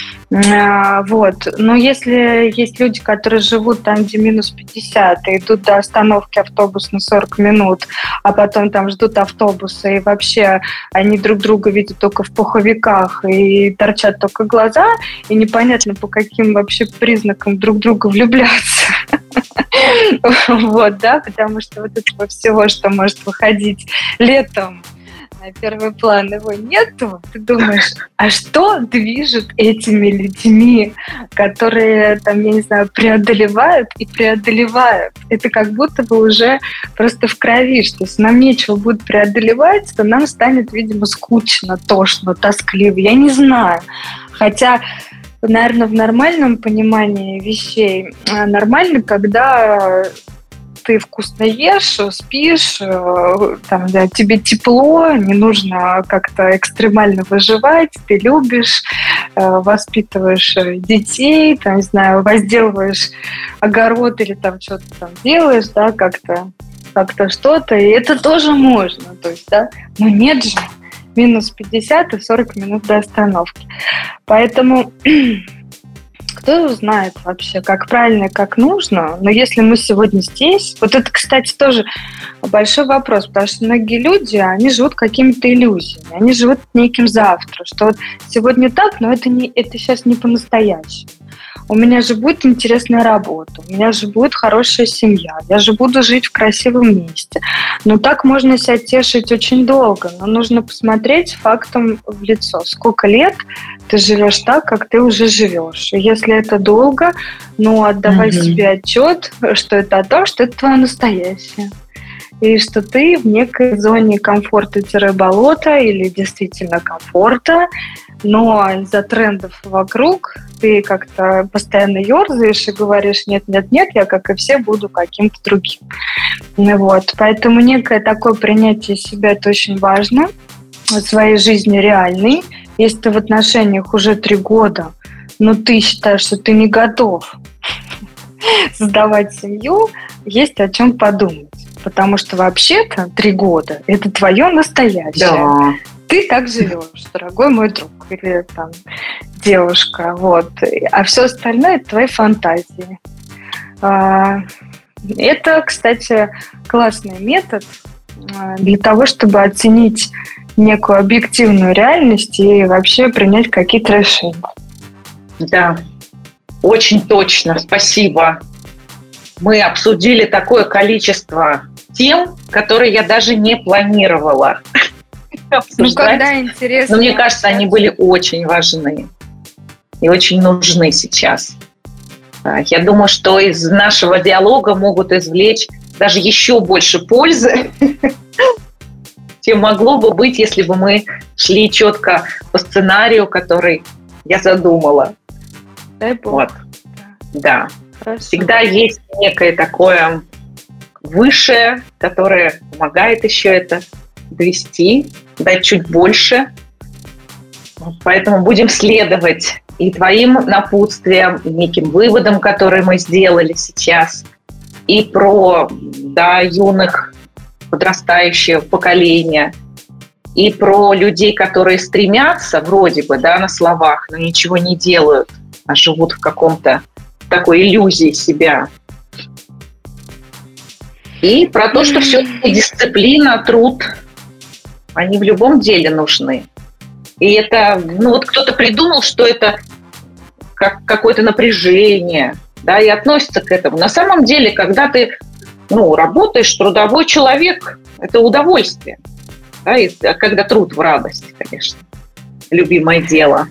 [SPEAKER 3] Вот. Но если есть люди, которые живут там, где минус пятьдесят, и идут до остановки автобус на сорок минут, а потом там ждут автобуса, и вообще они друг друга видят только в пуховиках, и торчат только глаза, и непонятно, по каким вообще признакам друг друга влюбляться. Вот, да, потому что вот этого всего, что может выходить летом, на первый план его нету, ты думаешь, а что движет этими людьми, которые, там, я не знаю, преодолевают и преодолевают? Это как будто бы уже просто в крови, что если нам нечего будет преодолевать, то нам станет, видимо, скучно, тошно, тоскливо. Я не знаю. Хотя, наверное, в нормальном понимании вещей нормально, когда ты вкусно ешь, спишь, там, да, тебе тепло, не нужно как-то экстремально выживать, ты любишь, воспитываешь детей, там, не знаю, возделываешь огород или там что-то там делаешь, да, как-то, как-то что-то, и это тоже можно, то есть, да, но нет же, минус пятьдесят и сорок минут до остановки. Поэтому... Кто его знает вообще, как правильно, как нужно. Но если мы сегодня здесь... Вот это, кстати, тоже большой вопрос, потому что многие люди, они живут какими-то иллюзиями. Они живут неким завтра, что вот сегодня так, но это, не, это сейчас не по-настоящему. У меня же будет интересная работа, у меня же будет хорошая семья, я же буду жить в красивом месте. Но так можно себя тешить очень долго, но нужно посмотреть фактом в лицо. Сколько лет ты живешь так, как ты уже живешь. И если это долго, ну, отдавай mm-hmm. себе отчет, что это о том, что это твое настоящее. И что ты в некой зоне комфорта-болота или действительно комфорта, но из-за трендов вокруг ты как-то постоянно ерзаешь и говоришь, нет-нет-нет, я, как и все, буду каким-то другим. Вот. Поэтому некое такое принятие себя – это очень важно, в своей жизни реальной. Если ты в отношениях уже три года, но ты считаешь, что ты не готов создавать семью, есть о чем подумать. Потому что вообще-то три года – это твое настоящее. Да. Ты так живешь, дорогой мой друг или там девушка. Вот. А все остальное – это твои фантазии. Это, кстати, классный метод для того, чтобы оценить некую объективную реальность и вообще принять какие-то решения.
[SPEAKER 2] Да, очень точно, спасибо. Мы обсудили такое количество тем, которые я даже не планировала обсуждать.
[SPEAKER 3] Ну, когда интересно.
[SPEAKER 2] Но мне кажется, они были очень важны и очень нужны сейчас. Я думаю, что из нашего диалога могут извлечь даже еще больше пользы, чем могло бы быть, если бы мы шли четко по сценарию, который я задумала.
[SPEAKER 3] Дай Бог.
[SPEAKER 2] Вот. Да.
[SPEAKER 3] Хорошо.
[SPEAKER 2] Всегда есть некое такое высшее, которое помогает еще это довести, дать чуть больше. Поэтому будем следовать и твоим напутствиям, и неким выводам, которые мы сделали сейчас, и про да, юных подрастающее поколение, и про людей, которые стремятся вроде бы да, на словах, но ничего не делают, а живут в каком-то такой иллюзии себя. И про то, что все-таки дисциплина, труд, они в любом деле нужны. И это, ну вот кто-то придумал, что это как какое-то напряжение, да, и относится к этому. На самом деле, когда ты, ну, работаешь, трудовой человек, это удовольствие. Да, и когда труд в радость, конечно, любимое дело.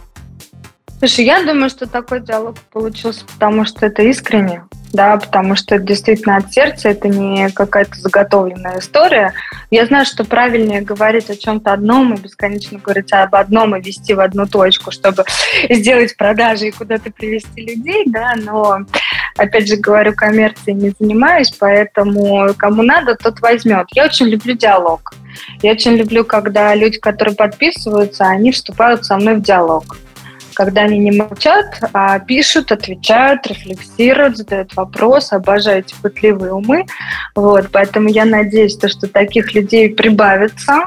[SPEAKER 3] Слушай, я думаю, что такой диалог получился, потому что это искренне, да, потому что это действительно от сердца, это не какая-то заготовленная история. Я знаю, что правильнее говорить о чем-то одном и бесконечно говорить об одном и вести в одну точку, чтобы сделать продажи и куда-то привести людей, да, но, опять же говорю, коммерцией не занимаюсь, поэтому кому надо, тот возьмет. Я очень люблю диалог. Я очень люблю, когда люди, которые подписываются, они вступают со мной в диалог. Когда они не молчат, а пишут, отвечают, рефлексируют, задают вопросы, обожаю эти пытливые умы. Вот, поэтому я надеюсь, что таких людей прибавится,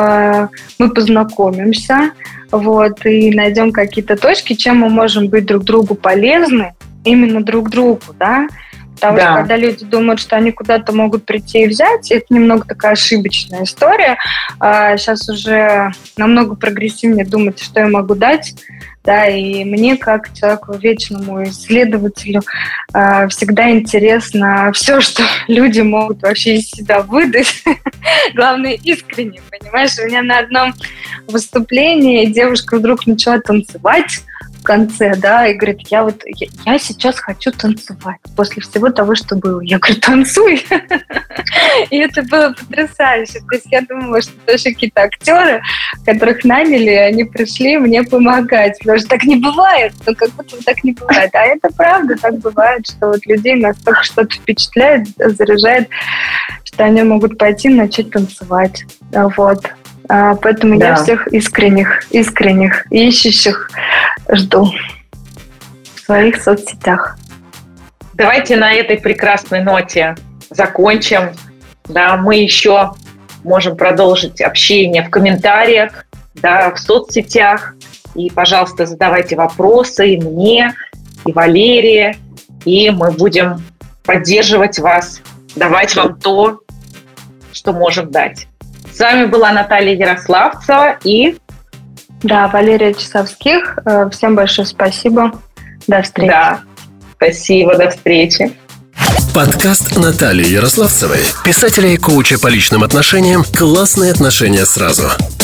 [SPEAKER 3] мы познакомимся, вот, и найдем какие-то точки, чем мы можем быть друг другу полезны, именно друг другу, да. Потому да. что когда люди думают, что они куда-то могут прийти и взять, это немного такая ошибочная история. Сейчас уже намного прогрессивнее думать, что я могу дать. Да, и мне, как человеку вечному исследователю, всегда интересно все, что люди могут вообще из себя выдать. Главное, искренне, понимаешь? У меня на одном выступлении девушка вдруг начала танцевать в конце, да, и говорит, я вот, я, я сейчас хочу танцевать после всего того, что было. Я говорю, танцуй! И это было потрясающе. То есть я думала, что тоже какие-то актеры, которых наняли, они пришли мне помогать. Потому что так не бывает, ну как будто так не бывает. А это правда, так бывает, что вот людей настолько что-то впечатляет, заряжает, что они могут пойти и начать танцевать. Вот. Поэтому да. я всех искренних, искренних, ищущих жду в своих соцсетях.
[SPEAKER 2] Давайте на этой прекрасной ноте закончим. Да, мы еще можем продолжить общение в комментариях, да, в соцсетях. И, пожалуйста, задавайте вопросы и мне, и Валерии. И мы будем поддерживать вас, давать вам то, что можем дать. С вами была Наталья Ярославцева и...
[SPEAKER 3] Да, Валерия Часовских. Всем большое спасибо. До встречи.
[SPEAKER 2] Да, спасибо, до встречи.
[SPEAKER 1] Подкаст Натальи Ярославцевой, писателя и коуча по личным отношениям «Классные отношения сразу».